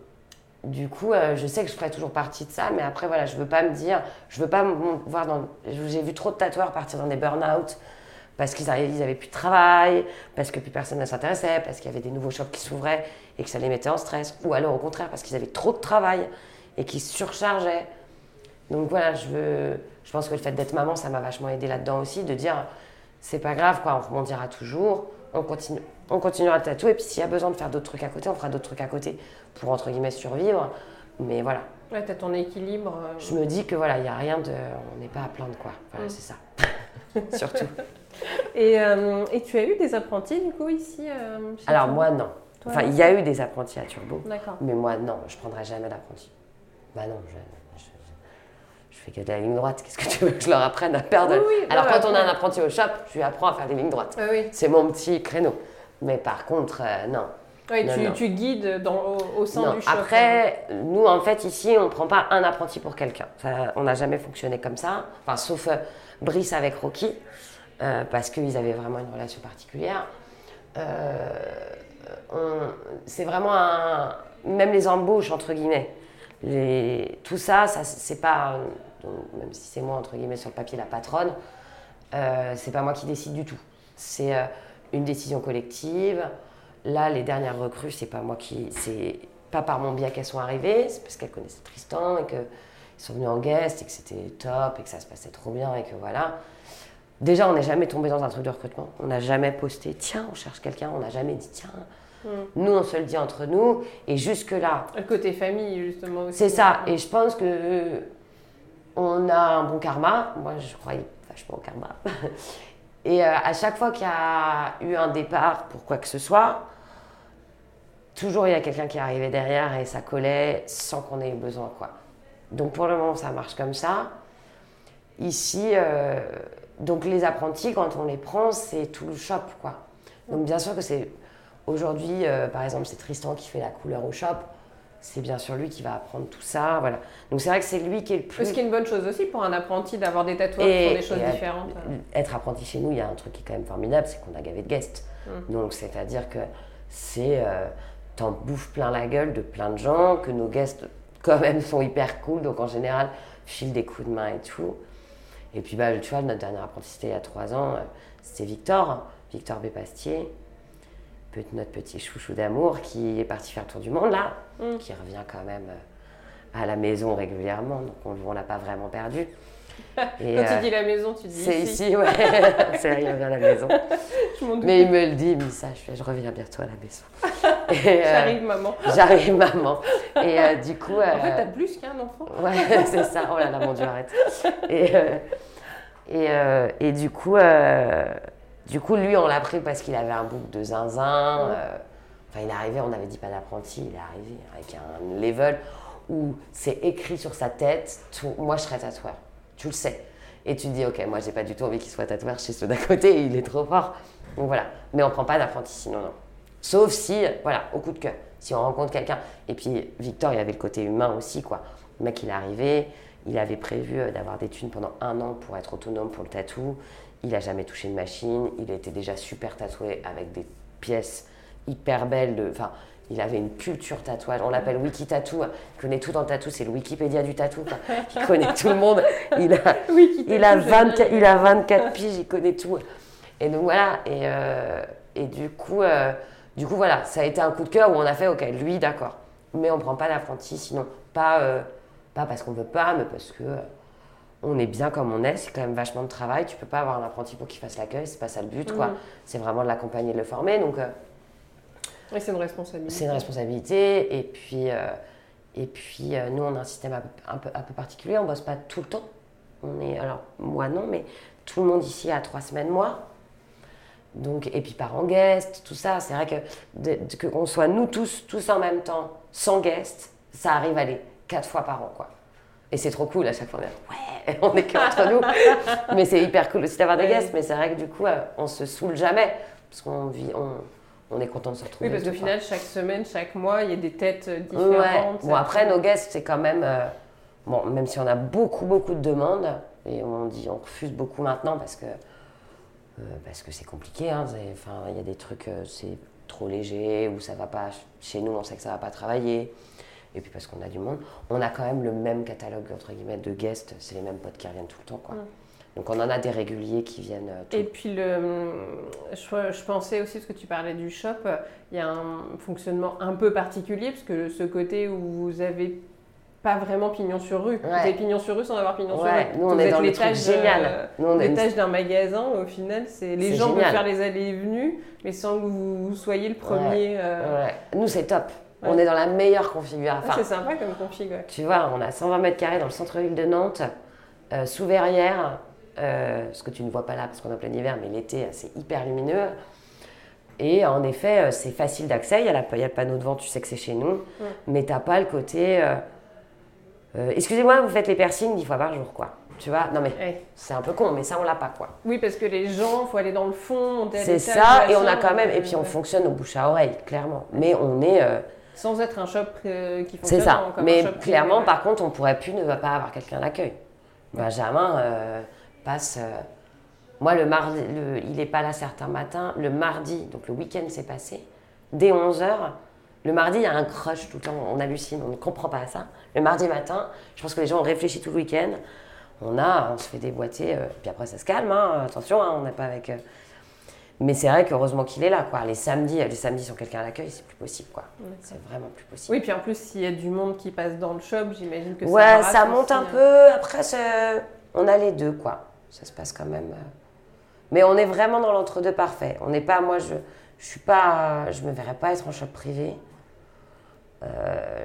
du coup euh, je sais que je ferai toujours partie de ça, mais après, voilà, je veux pas me dire, je veux pas me voir dans... J'ai vu trop de tatoueurs partir dans des burn-out parce qu'ils avaient, ils avaient plus de travail, parce que plus personne ne s'intéressait, parce qu'il y avait des nouveaux shops qui s'ouvraient et que ça les mettait en stress, ou alors au contraire, parce qu'ils avaient trop de travail et qu'ils surchargeaient. Donc voilà, je veux... Je pense que le fait d'être maman, ça m'a vachement aidé là-dedans aussi, de dire, c'est pas grave, quoi, on rebondira toujours, on continue... On continuera le tatou et puis s'il y a besoin de faire d'autres trucs à côté, on fera d'autres trucs à côté pour entre guillemets survivre. Mais voilà. Ouais, t'as ton équilibre. Euh... Je me dis que voilà, il n'y a rien de... On n'est pas à plaindre quoi. Voilà, mmh. c'est ça. Surtout. Et, euh, et tu as eu des apprentis du coup ici euh, Alors moi non. Toi, enfin, il y a eu des apprentis à Turbo. D'accord. Mais moi non, je ne prendrai jamais d'apprenti. Bah non, je, je, je fais que de la ligne droite. Qu'est-ce que tu veux que je leur apprenne à perdre oui, oui, Alors bah, quand ouais, on a un apprenti au shop, je lui apprends à faire des lignes droites. Oui, oui. C'est mon petit créneau. Mais par contre, euh, non. Oui, non, tu, non. tu guides dans, au, au sein non. du shop. Après, hein. Nous, en fait, ici, on ne prend pas un apprenti pour quelqu'un. Ça, on n'a jamais fonctionné comme ça. Enfin, sauf euh, Brice avec Rocky, euh, parce qu'ils avaient vraiment une relation particulière. Euh, on, c'est vraiment un... Même les embauches, entre guillemets. Les, tout ça, ça c'est pas... Même si c'est moi, entre guillemets, sur le papier, la patronne, euh, c'est pas moi qui décide du tout. C'est... Euh, une décision collective. Là, les dernières recrues, c'est pas moi qui... C'est pas par mon biais qu'elles sont arrivées, c'est parce qu'elles connaissaient Tristan et qu'ils sont venus en guest et que c'était top et que ça se passait trop bien et que voilà. Déjà, on n'est jamais tombé dans un truc de recrutement. On n'a jamais posté « Tiens, on cherche quelqu'un ». On n'a jamais dit « Tiens, mm. nous, on se le dit entre nous ». Et jusque-là... Le côté famille, justement. Aussi. C'est ça. Et je pense que... on a un bon karma. Moi, je crois vachement au karma. Et euh, à chaque fois qu'il y a eu un départ pour quoi que ce soit, toujours il y a quelqu'un qui est arrivé derrière et ça collait sans qu'on ait eu besoin, quoi. Donc pour le moment, ça marche comme ça. Ici, euh, donc les apprentis, quand on les prend, c'est tout le shop, quoi. Donc bien sûr que c'est... Aujourd'hui, euh, par exemple, c'est Tristan qui fait la couleur au shop. C'est bien sûr lui qui va apprendre tout ça, voilà. Donc c'est vrai que c'est lui qui est le plus... Ce qui est une bonne chose aussi pour un apprenti d'avoir des tatouages et, pour des choses et différentes. Être apprenti chez nous, il y a un truc qui est quand même formidable, c'est qu'on a gavé de guests. Mm. Donc c'est-à-dire que c'est... Euh, t'en bouffes plein la gueule de plein de gens, que nos guests quand même sont hyper cool, donc en général, filent des coups de main et tout. Et puis bah, tu vois, notre dernier apprenti, c'était il y a trois ans, c'était Victor, Victor Bépastier. Notre petit chouchou d'amour qui est parti faire le tour du monde là, mm. qui revient quand même à la maison régulièrement, donc on ne l'a pas vraiment perdu. Et, Quand euh, tu dis la maison, tu dis c'est ici. C'est ici, ouais, c'est vrai, il revient à la maison. Mais il me le dit, mais ça, je, fais, je reviens bientôt à la maison. Et, J'arrive euh, maman. J'arrive maman. Et euh, du coup... Euh, en fait, t'as plus qu'un enfant. Ouais, c'est ça, oh là là, mon Dieu, arrête. Et, euh, et, euh, et du coup... Euh, Du coup, lui, on l'a pris parce qu'il avait un bouc de zinzin. Ouais. Euh, enfin, il est arrivé, on avait dit pas d'apprenti, il est arrivé avec un level où c'est écrit sur sa tête, tout, moi je serai tatoueur, tu le sais. Et tu te dis, ok, moi j'ai pas du tout envie qu'il soit tatoueur chez ceux d'à côté, il est trop fort. Donc voilà, mais on prend pas d'apprenti sinon, non. Sauf si, voilà, au coup de cœur, si on rencontre quelqu'un. Et puis Victor, il y avait le côté humain aussi, quoi. Le mec, il est arrivé, il avait prévu d'avoir des thunes pendant un an pour être autonome pour le tatou. Il n'a jamais touché une machine, il était déjà super tatoué avec des pièces hyper belles. De, enfin, il avait une culture tatouage, on l'appelle Wiki Tattoo, il connaît tout dans le tatou, c'est le Wikipédia du tatou. Il connaît tout le monde, il a, il a, vingt-quatre, il a vingt-quatre piges, il connaît tout. Et donc voilà, et, euh, et du, coup, euh, du coup voilà, ça a été un coup de cœur où on a fait, ok, lui d'accord, mais on ne prend pas d'apprenti, sinon pas, euh, pas parce qu'on ne veut pas, mais parce que... Euh, on est bien comme on est, c'est quand même vachement de travail. Tu peux pas avoir un apprenti pour qu'il fasse l'accueil, c'est pas ça le but, quoi. Mmh. C'est vraiment de l'accompagner, de le former. Donc, euh, et c'est une responsabilité. C'est une responsabilité. Et puis, euh, et puis euh, nous, on a un système un peu, un, peu, un peu particulier. On bosse pas tout le temps. On est, alors, moi non, mais tout le monde ici a trois semaines, mois. Donc, et puis par en guest, tout ça. C'est vrai que, de, de, que qu'on soit nous tous, tous en même temps, sans guest, ça arrive à aller quatre fois par an, quoi. Et c'est trop cool à chaque fois. Ouais, on est qu'entre nous. Mais c'est hyper cool aussi d'avoir des guests. Mais c'est vrai que du coup, on se saoule jamais. Parce qu'on vit, on, on est content de se retrouver. Oui, parce qu'au final, chaque semaine, chaque mois, il y a des têtes différentes. Ouais. Bon, après, nos guests, c'est quand même... Euh, bon, même si on a beaucoup, beaucoup de demandes, et on dit, on refuse beaucoup maintenant parce que, euh, parce que c'est compliqué. Hein, enfin, il y a des trucs, euh, c'est trop léger, ou ça va pas... Chez nous, on sait que ça va pas travailler. Et puis parce qu'on a du monde, on a quand même le même catalogue entre guillemets de guests, c'est les mêmes potes qui reviennent tout le temps, quoi. Mmh. Donc on en a des réguliers qui viennent tout. Et puis le, je, je pensais aussi, parce que tu parlais du shop, il y a un fonctionnement un peu particulier, parce que ce côté où vous avez pas vraiment pignon sur rue, ouais. Vous avez pignon sur rue sans avoir pignon ouais. sur rue. Nous on vous est êtes dans les le truc génial. Euh, l'étage d'un magasin, au final, c'est les c'est gens génial. Peuvent faire les allées et venues, mais sans que vous, vous soyez le premier. Ouais. Euh... Ouais. Nous c'est top. Ouais. On est dans la meilleure configuration. Enfin, ah, c'est sympa comme config. Ouais. Tu vois, on a cent vingt mètres carrés dans le centre-ville de Nantes, euh, sous verrière, euh, ce que tu ne vois pas là parce qu'on est en plein hiver, mais l'été, c'est hyper lumineux. Et en effet, c'est facile d'accès. Il y a, la, il y a le panneau devant, tu sais que c'est chez nous, ouais. Mais tu n'as pas le côté. Euh, euh, excusez-moi, vous faites les piercings dix fois par jour, quoi. Tu vois, non mais ouais. C'est un peu con, mais ça on l'a pas, quoi. Oui, parce que les gens, il faut aller dans le fond, monter à c'est l'étage. C'est ça, et on a quand même, et puis on fonctionne au bouche à oreille, clairement. Mais on est. Euh, Sans être un shop euh, qui fonctionne. C'est ça, comme mais un shop clairement, privé, par contre, on pourrait plus ne va pas avoir quelqu'un à l'accueil. Benjamin euh, passe. Euh, moi, le mardi, le, il n'est pas là certains matins. Le mardi, donc le week-end s'est passé, dès onze heures. Le mardi, il y a un crush tout le temps, on hallucine, on ne comprend pas ça. Le mardi matin, je pense que les gens ont réfléchi tout le week-end. On a, on se fait déboîter, euh, puis après ça se calme, hein, attention, hein, on n'est pas avec... Euh... Mais c'est vrai qu'heureusement qu'il est là, quoi. Les samedis, les samedis sans quelqu'un à l'accueil, c'est plus possible, quoi. D'accord. C'est vraiment plus possible. Oui, puis en plus, s'il y a du monde qui passe dans le shop, j'imagine que ça Ouais, ça monte aussi, un hein. peu, après, c'est... on a les deux, quoi. Ça se passe quand même... Euh... Mais on est vraiment dans l'entre-deux parfait. On n'est pas, moi, je je suis pas... Je me verrais pas être en shop privé. Euh,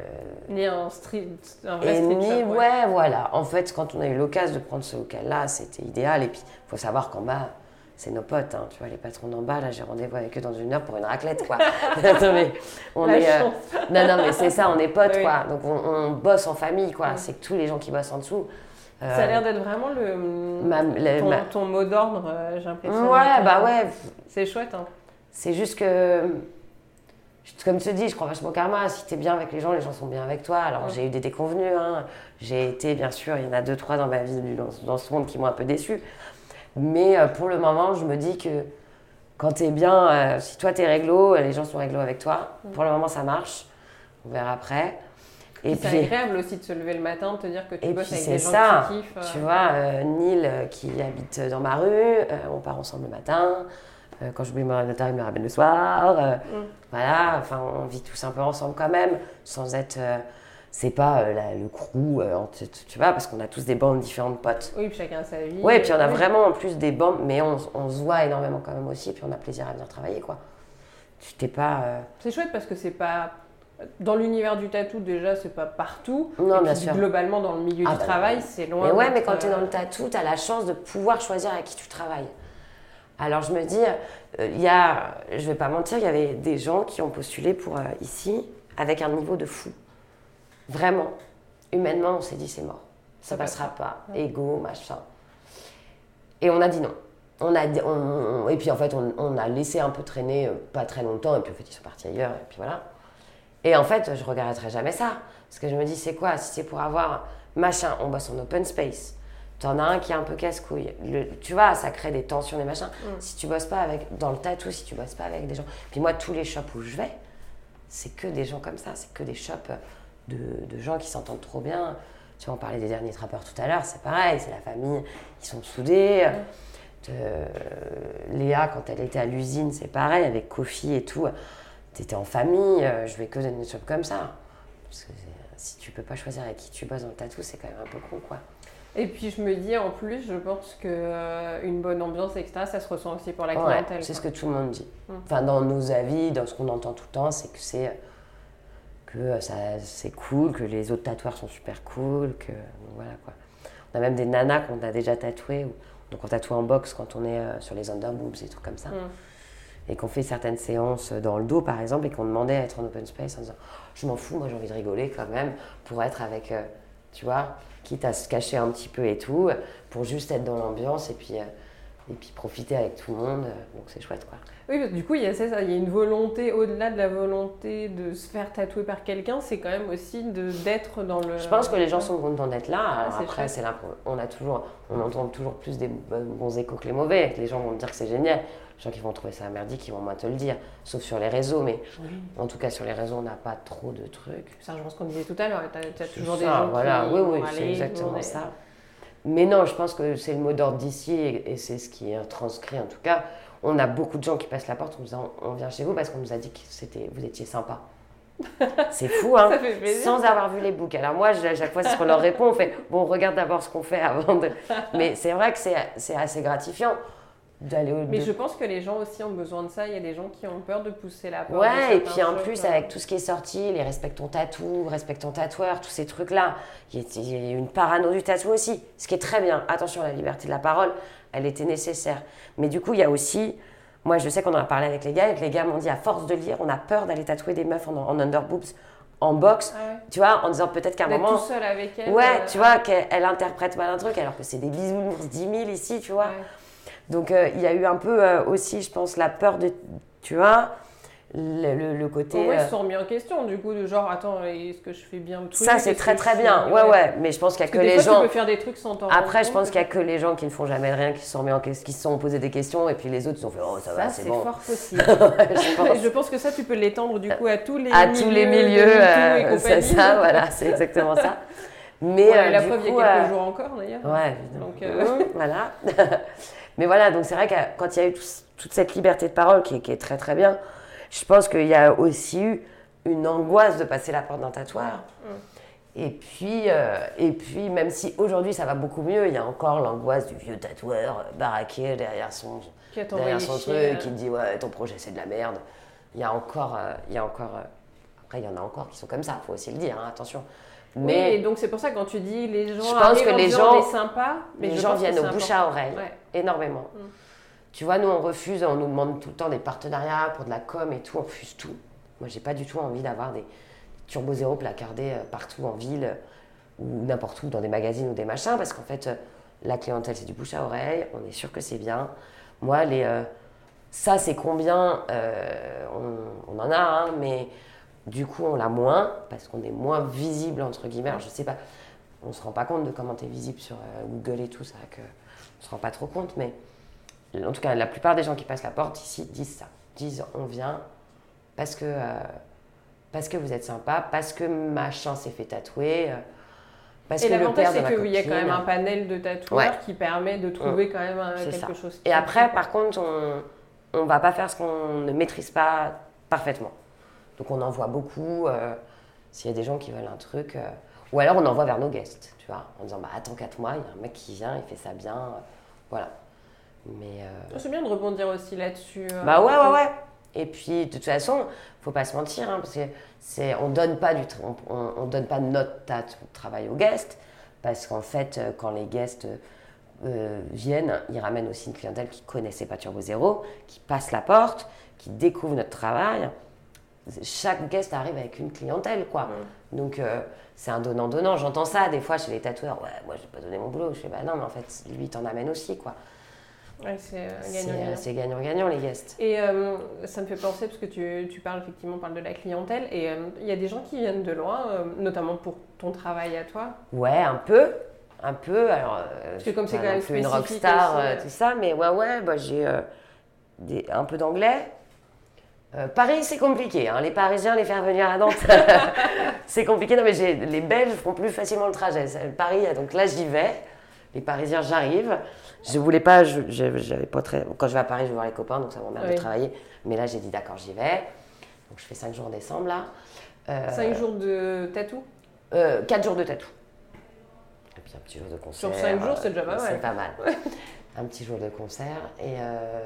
Ni un street, un vrai et street ni, shop. Ouais. ouais, voilà. En fait, quand on a eu l'occasion de prendre ce local-là, c'était idéal. Et puis, il faut savoir qu'en bas, c'est nos potes, hein. Tu vois, les patrons d'en bas, là, j'ai rendez-vous avec eux dans une heure pour une raclette, quoi. non, mais on La est, euh, chance. non, non, mais c'est ça, on est potes, Oui. quoi. Donc, on, on bosse en famille, quoi. Oui. C'est que tous les gens qui bossent en dessous. euh, Ça a l'air d'être vraiment le, ma- la- ton, ma- ton mot d'ordre, euh, j'ai l'impression. Ouais, Donc, bah euh, ouais. C'est chouette, hein. C'est juste que, comme tu te dis, je crois vachement au karma. Si t'es bien avec les gens, les gens sont bien avec toi. Alors, Ouais. j'ai eu des déconvenus, hein. J'ai été, bien sûr, il y en a deux, trois dans ma vie, dans, dans ce monde qui m'ont un peu déçue. Mais euh, pour le moment, je me dis que quand t'es bien, euh, si toi t'es réglo, les gens sont réglo avec toi. Mm. Pour le moment, ça marche. On verra après. Et C'est agréable aussi de se lever le matin, de te dire que tu et bosses puis avec c'est des gens ça, que tu kiffes. euh. tu vois, euh, Neil euh, qui habite dans ma rue, euh, on part ensemble le matin. Euh, quand je mets ma notaire, il me ramène le soir. euh, Mm. Voilà, enfin, on vit tous un peu ensemble quand même, sans être. euh, c'est pas euh, la- le crew, euh, en- tu, tu vois, parce qu'on a tous des bandes différentes de potes. Oui, puis chacun a sa vie. Oui, et puis on a Oui. vraiment en plus des bandes, mais on, on se voit énormément quand même aussi, et puis on a plaisir à venir travailler, quoi. Tu t'es pas. euh, C'est chouette parce que c'est pas. Dans l'univers du tatou, déjà, c'est pas partout. Non, et bien puis, sûr. globalement, dans le milieu Ah du bah, travail, c'est loin. Mais ouais, d'être, mais quand tu es euh, dans le tatou, tu as la chance de pouvoir choisir avec qui tu travailles. Alors je me dis, euh, il y a, je vais pas mentir, il y avait des gens qui ont postulé pour euh, ici avec un niveau de fou. Vraiment. Humainement, on s'est dit c'est mort. Ça, Ça passera passera. pas. Ouais. Ego, machin. Et on a dit non. On a, dit- on- on- et puis en fait, on, on a laissé un peu traîner, euh, pas très longtemps, et puis en fait, ils sont partis ailleurs, et puis voilà. Et en fait, je regretterai jamais ça. Parce que je me dis, c'est quoi? Si c'est pour avoir machin, on bosse en open space. T'en as un qui est un peu casse-couille. Le- Tu vois, ça crée des tensions, des machins. Mm. Si tu bosses pas avec, dans le tatou, si tu bosses pas avec des gens. Puis moi, tous les shops où je vais, c'est que des gens comme ça. C'est que des shops de, de gens qui s'entendent trop bien. Tu vois, on parlait des derniers trappeurs tout à l'heure, c'est pareil, c'est la famille, ils sont soudés. Mm. De- Léa, quand elle était à l'usine, c'est pareil, avec Kofi et tout. T'étais en famille, euh, je vais que dans des shops comme ça. Parce que si tu peux pas choisir avec qui tu bosses dans le tatou, c'est quand même un peu con, quoi. Et puis je me dis en plus, je pense que euh, une bonne ambiance, et cetera, ça se ressent aussi pour la Ouais, clientèle. c'est ce quoi. que tout le monde dit. Mm. Enfin, dans nos avis, dans ce qu'on entend tout le temps, c'est que c'est que ça, c'est cool, que les autres tatoueurs sont super cool, que donc voilà quoi. On a même des nanas qu'on a déjà tatouées, ou- donc on tatoue en box quand on est euh, sur les underboobs et trucs comme ça, Mm. et qu'on fait certaines séances dans le dos par exemple, et qu'on demandait à être en open space en disant je m'en fous, moi j'ai envie de rigoler quand même pour être avec, euh, tu vois, quitte à se cacher un petit peu et tout, pour juste être dans l'ambiance et puis euh, et puis profiter avec tout le monde, euh, donc c'est chouette quoi. Oui, parce que du coup, il y a c'est ça, il y a une volonté, au-delà de la volonté de se faire tatouer par quelqu'un, c'est quand même aussi de, d'être dans le... Je pense que les gens sont contents d'être là. Alors c'est après, chouette. c'est là qu'on- on a toujours, on entend toujours plus des bons bons échos que les mauvais. Les gens vont me dire que c'est génial. Les gens qui vont trouver ça merdique, ils vont moins te le dire. Sauf sur les réseaux, mais Oui. en tout cas sur les réseaux, on n'a pas trop de trucs. Ça rejoint ce qu'on disait tout à l'heure, t'as, t'as C'est toujours des ça, gens voilà. qui Oui, vont oui, aller, c'est exactement toujours des- ça. Mais non, je pense que c'est le mot d'ordre d'ici et, et c'est ce qui est transcrit en tout cas. On a beaucoup de gens qui passent la porte en disant on vient chez vous parce qu'on nous a dit que c'était, vous étiez sympa. C'est fou, hein? Ça fait plaisir. Sans avoir vu les books. Alors moi, je- à chaque fois, c'est ce qu'on leur répond. On fait bon, on regarde d'abord ce qu'on fait avant de. Mais c'est vrai que c'est, c'est assez gratifiant d'aller au. Mais de- je pense que les gens aussi ont besoin de ça. Il y a des gens qui ont peur de pousser la porte. de Ouais, et certains puis en trucs, plus, euh. avec tout ce qui est sorti, les respecte ton tatou, respecte ton tatoueur, tous ces trucs-là, il y a- il y a une parano du tatou aussi, ce qui est très bien. Attention, la liberté de la parole, elle était nécessaire. Mais du coup, il y a aussi, moi je sais qu'on en a parlé avec les gars, et que les gars m'ont dit, à force de lire, on a peur d'aller tatouer des meufs en, en underboobs, en box, Ah ouais. tu vois, en disant peut-être qu'à un D'être moment... tout seul avec elle. Ouais, euh, tu vois, qu'elle elle interprète mal un truc, alors que c'est des bisounours dix mille ici, tu vois. ouais. Donc euh, il y a eu un peu euh, aussi, je pense, la peur de, tu vois, le, le, le côté... Au moins, ils euh, se sont remis en question, du coup, de genre, attends, est-ce que je fais bien le truc? ça, c'est Est-ce très que très je bien. suis- Ouais, ouais, mais je pense qu'il y a Parce que que des les fois, gens... tu peux faire des trucs sans t'en rendre Après, je compte. pense qu'il y a que les gens qui ne font jamais de rien, qui se sont, mis en... qui se sont posés des questions, et puis les autres, ils ont fait « Oh, ça, Ça, va, c'est c'est bon. fort possible. » Je pense. Je pense que ça, tu peux l'étendre, du coup, à tous les À milieux. tous les de milieux, MeToo euh, et c'est compagnie. ça, voilà, c'est exactement ça. Mais Ouais, euh, la du preuve, il coup, y a quelques euh, jours encore, d'ailleurs. Ouais, évidemment. Donc, euh, Voilà. Mais voilà, donc c'est vrai que quand il y a eu tout- toute cette liberté de parole qui est, qui est très très bien, je pense qu'il y a aussi eu une angoisse de passer la porte d'un tatoueur. Mm. Et puis, euh, et puis, même si aujourd'hui ça va beaucoup mieux, il y a encore l'angoisse du vieux tatoueur euh, baraqué derrière son, Qui a derrière t'envoyé son chier, truc, euh. qui te dit ouais, ton projet c'est de la merde. Il y a encore, euh, il y a encore euh, Après, il y en a encore qui sont comme ça, il faut aussi le dire, hein, attention. Mais oui, et donc c'est pour ça que quand tu dis les gens je pense que les gens, on est sympa, mais les je gens pense viennent que au c'est bouche important. à oreille, Ouais. énormément. Mm. Tu vois, nous on refuse, on nous demande tout le temps des partenariats pour de la com et tout, on refuse tout. Moi, j'ai pas du tout envie d'avoir des Turbo Zéro placardés partout en ville ou n'importe où dans des magazines ou des machins, parce qu'en fait, la clientèle c'est du bouche à oreille, on est sûr que c'est bien. Moi, les euh, ça c'est combien, euh, on, on en a, hein, mais du coup on l'a moins parce qu'on est moins visible entre guillemets. Alors, je sais pas, on se rend pas compte de comment tu es visible sur euh, Google et tout, c'est vrai que on se rend pas trop compte, mais en tout cas la plupart des gens qui passent la porte ici disent ça, disent on vient parce que euh, parce que vous êtes sympa, parce que machin s'est fait tatouer. Euh, Parce et que l'avantage, le père c'est de qu'il y a quand même un panel de tatoueurs ouais. qui permet de trouver mmh. quand même un, quelque ça. chose. Et après, fait, par contre, on ne va pas faire ce qu'on ne maîtrise pas parfaitement. Donc, on envoie beaucoup. Euh, s'il y a des gens qui veulent un truc. Euh, ou alors, on envoie vers nos guests, tu vois, en disant bah, attends quatre mois, il y a un mec qui vient, il fait ça bien. Euh, voilà. Mais. Euh... C'est bien de rebondir aussi là-dessus. Euh, bah ouais, ouais, ouais. Et puis, de toute façon, il ne faut pas se mentir, hein, parce que c'est, on ne donne pas du tra- on, on donne pas notre tas de travail aux guests, parce qu'en fait, quand les guests euh, viennent, ils ramènent aussi une clientèle qui ne connaissait pas Turbo Zéro, qui passe la porte, qui découvre notre travail. Chaque guest arrive avec une clientèle, quoi. Mmh. Donc, euh, c'est un donnant-donnant. J'entends ça des fois chez les tatoueurs. Ouais, moi, je ne vais pas donner mon boulot. Je fais, bah non, mais en fait, lui, il t'en amène aussi, quoi. Ouais, c'est euh, gagnant-gagnant. C'est, c'est gagnant-gagnant, les guests. Et euh, ça me fait penser, parce que tu, tu parles effectivement, on parle de la clientèle, et il euh, y a des gens qui viennent de loin, euh, notamment pour ton travail à toi. Ouais, un peu. Un peu. Alors, euh, parce que comme c'est quand même spécifique une rockstar, aussi, euh, tout ça, mais ouais, ouais, bah, j'ai euh, des, un peu d'anglais. Euh, Paris, c'est compliqué. Hein. Les Parisiens, les faire venir à Nantes, c'est compliqué. Non, mais j'ai, les Belges font plus facilement le trajet. Paris, donc là, j'y vais. Les Parisiens, j'arrive. Je voulais pas, je, j'avais pas très. Quand je vais à Paris, je vais voir les copains, donc ça m'emmerde oui. de travailler. Mais là, j'ai dit d'accord, j'y vais. Donc je fais cinq jours en décembre là. Euh, cinq jours de tatou euh, quatre jours de tatou. Et puis un petit jour de concert. Sur cinq jours, c'est déjà pas mal. C'est pas mal. Un petit jour de concert. Et, euh,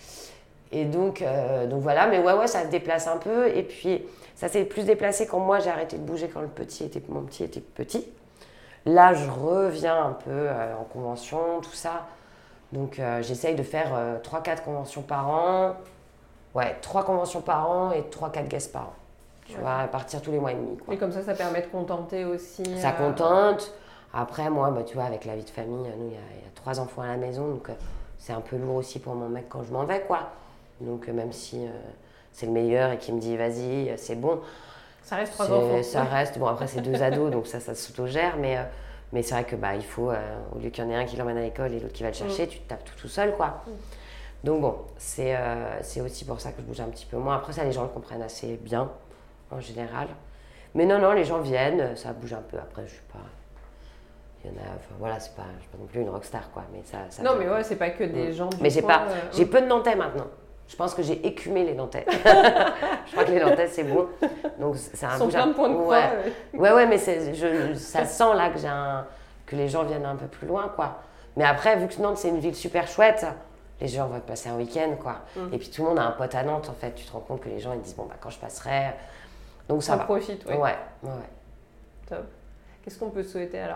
et donc, euh, donc voilà, mais ouais, ouais, ça se déplace un peu. Et puis ça s'est plus déplacé quand moi j'ai arrêté de bouger quand le petit était, mon petit était petit. Là, je reviens un peu euh, en convention, tout ça. Donc, euh, j'essaye de faire euh, trois quatre conventions par an. Ouais, trois conventions par an et trois quatre guests par an. Tu ouais. vois, à partir tous les mois et demi. Quoi. Et comme ça, ça permet de contenter aussi. Ça euh... contente. Après, moi, bah, tu vois, avec la vie de famille, nous, il y, y a trois enfants à la maison. Donc, euh, c'est un peu lourd aussi pour mon mec quand je m'en vais, quoi. Donc, euh, même si euh, c'est le meilleur et qu'il me dit, vas-y, c'est bon. Ça reste trois enfants. Ça reste, bon après c'est deux ados, donc ça, ça s'autogère, mais, euh, mais c'est vrai que bah, il faut, euh, au lieu qu'il y en ait un qui l'emmène à l'école et l'autre qui va le chercher, mm. tu te tapes tout tout seul, quoi. Mm. Donc bon, c'est, euh, c'est aussi pour ça que je bouge un petit peu moins. Après ça, les gens le comprennent assez bien, en général. Mais non, non, les gens viennent, ça bouge un peu. Après, je suis pas... Il y en a, enfin voilà, c'est pas, je suis pas non plus une rockstar, quoi. Mais ça, ça non, mais ouais, c'est pas que des mm. gens du Mais j'ai, coin, pas, euh... j'ai peu de Nantais maintenant. Je pense que j'ai écumé les Nantais. Je crois que les Nantais, c'est bon. Donc, c'est un Sont plein de points de croix. Ouais, ouais, ouais, ouais mais c'est, je, ça sent là que, j'ai un, que les gens viennent un peu plus loin, quoi. Mais après, vu que Nantes, c'est une ville super chouette, les gens vont passer un week-end, quoi. Mm. Et puis, tout le monde a un pote à Nantes, en fait. Tu te rends compte que les gens, ils disent, bon, bah, quand je passerai... Donc, ça On va. profite, oui. Ouais, ouais, ouais. Top. Qu'est-ce qu'on peut te souhaiter, alors ?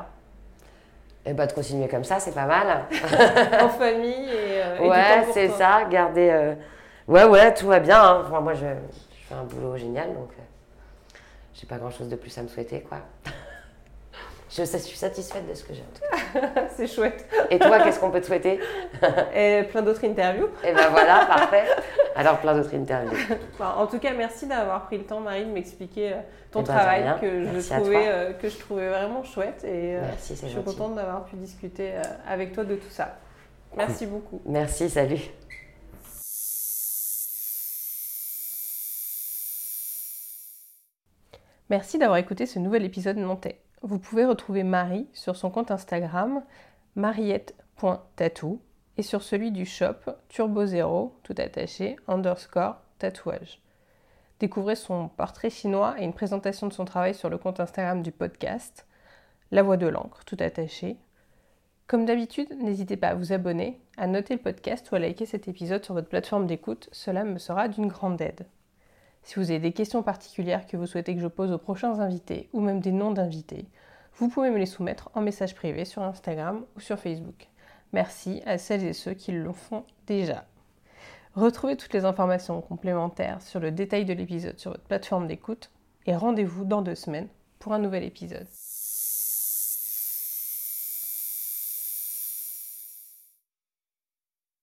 Eh ben, de continuer comme ça, c'est pas mal. En famille et, euh, et ouais, du temps c'est pour ça, garder... Euh... Ouais, ouais, tout va bien. Hein. Enfin, moi, je, je fais un boulot génial, donc euh, j'ai pas grand-chose de plus à me souhaiter, quoi. je, je suis satisfaite de ce que j'ai, en tout cas. C'est chouette. Et toi, qu'est-ce qu'on peut te souhaiter? Et plein d'autres interviews. Et ben voilà, parfait. Alors, plein d'autres interviews. Enfin, en tout cas, merci d'avoir pris le temps, Marie, de m'expliquer ton ben, travail que je, trouvais, euh, que je trouvais vraiment chouette. Et euh, merci, c'est je suis gentil. contente d'avoir pu discuter euh, avec toi de tout ça. Merci cool. beaucoup. Merci, salut. Merci d'avoir écouté ce nouvel épisode nantais. Vous pouvez retrouver Marie sur son compte Instagram mariette point tattoo et sur celui du shop Turbo Zéro, tout attaché, underscore tatouage. Découvrez son portrait chinois et une présentation de son travail sur le compte Instagram du podcast La Voix de l'encre, tout attaché. Comme d'habitude, n'hésitez pas à vous abonner, à noter le podcast ou à liker cet épisode sur votre plateforme d'écoute, cela me sera d'une grande aide. Si vous avez des questions particulières que vous souhaitez que je pose aux prochains invités ou même des noms d'invités, vous pouvez me les soumettre en message privé sur Instagram ou sur Facebook. Merci à celles et ceux qui le font déjà. Retrouvez toutes les informations complémentaires sur le détail de l'épisode sur votre plateforme d'écoute et rendez-vous dans deux semaines pour un nouvel épisode.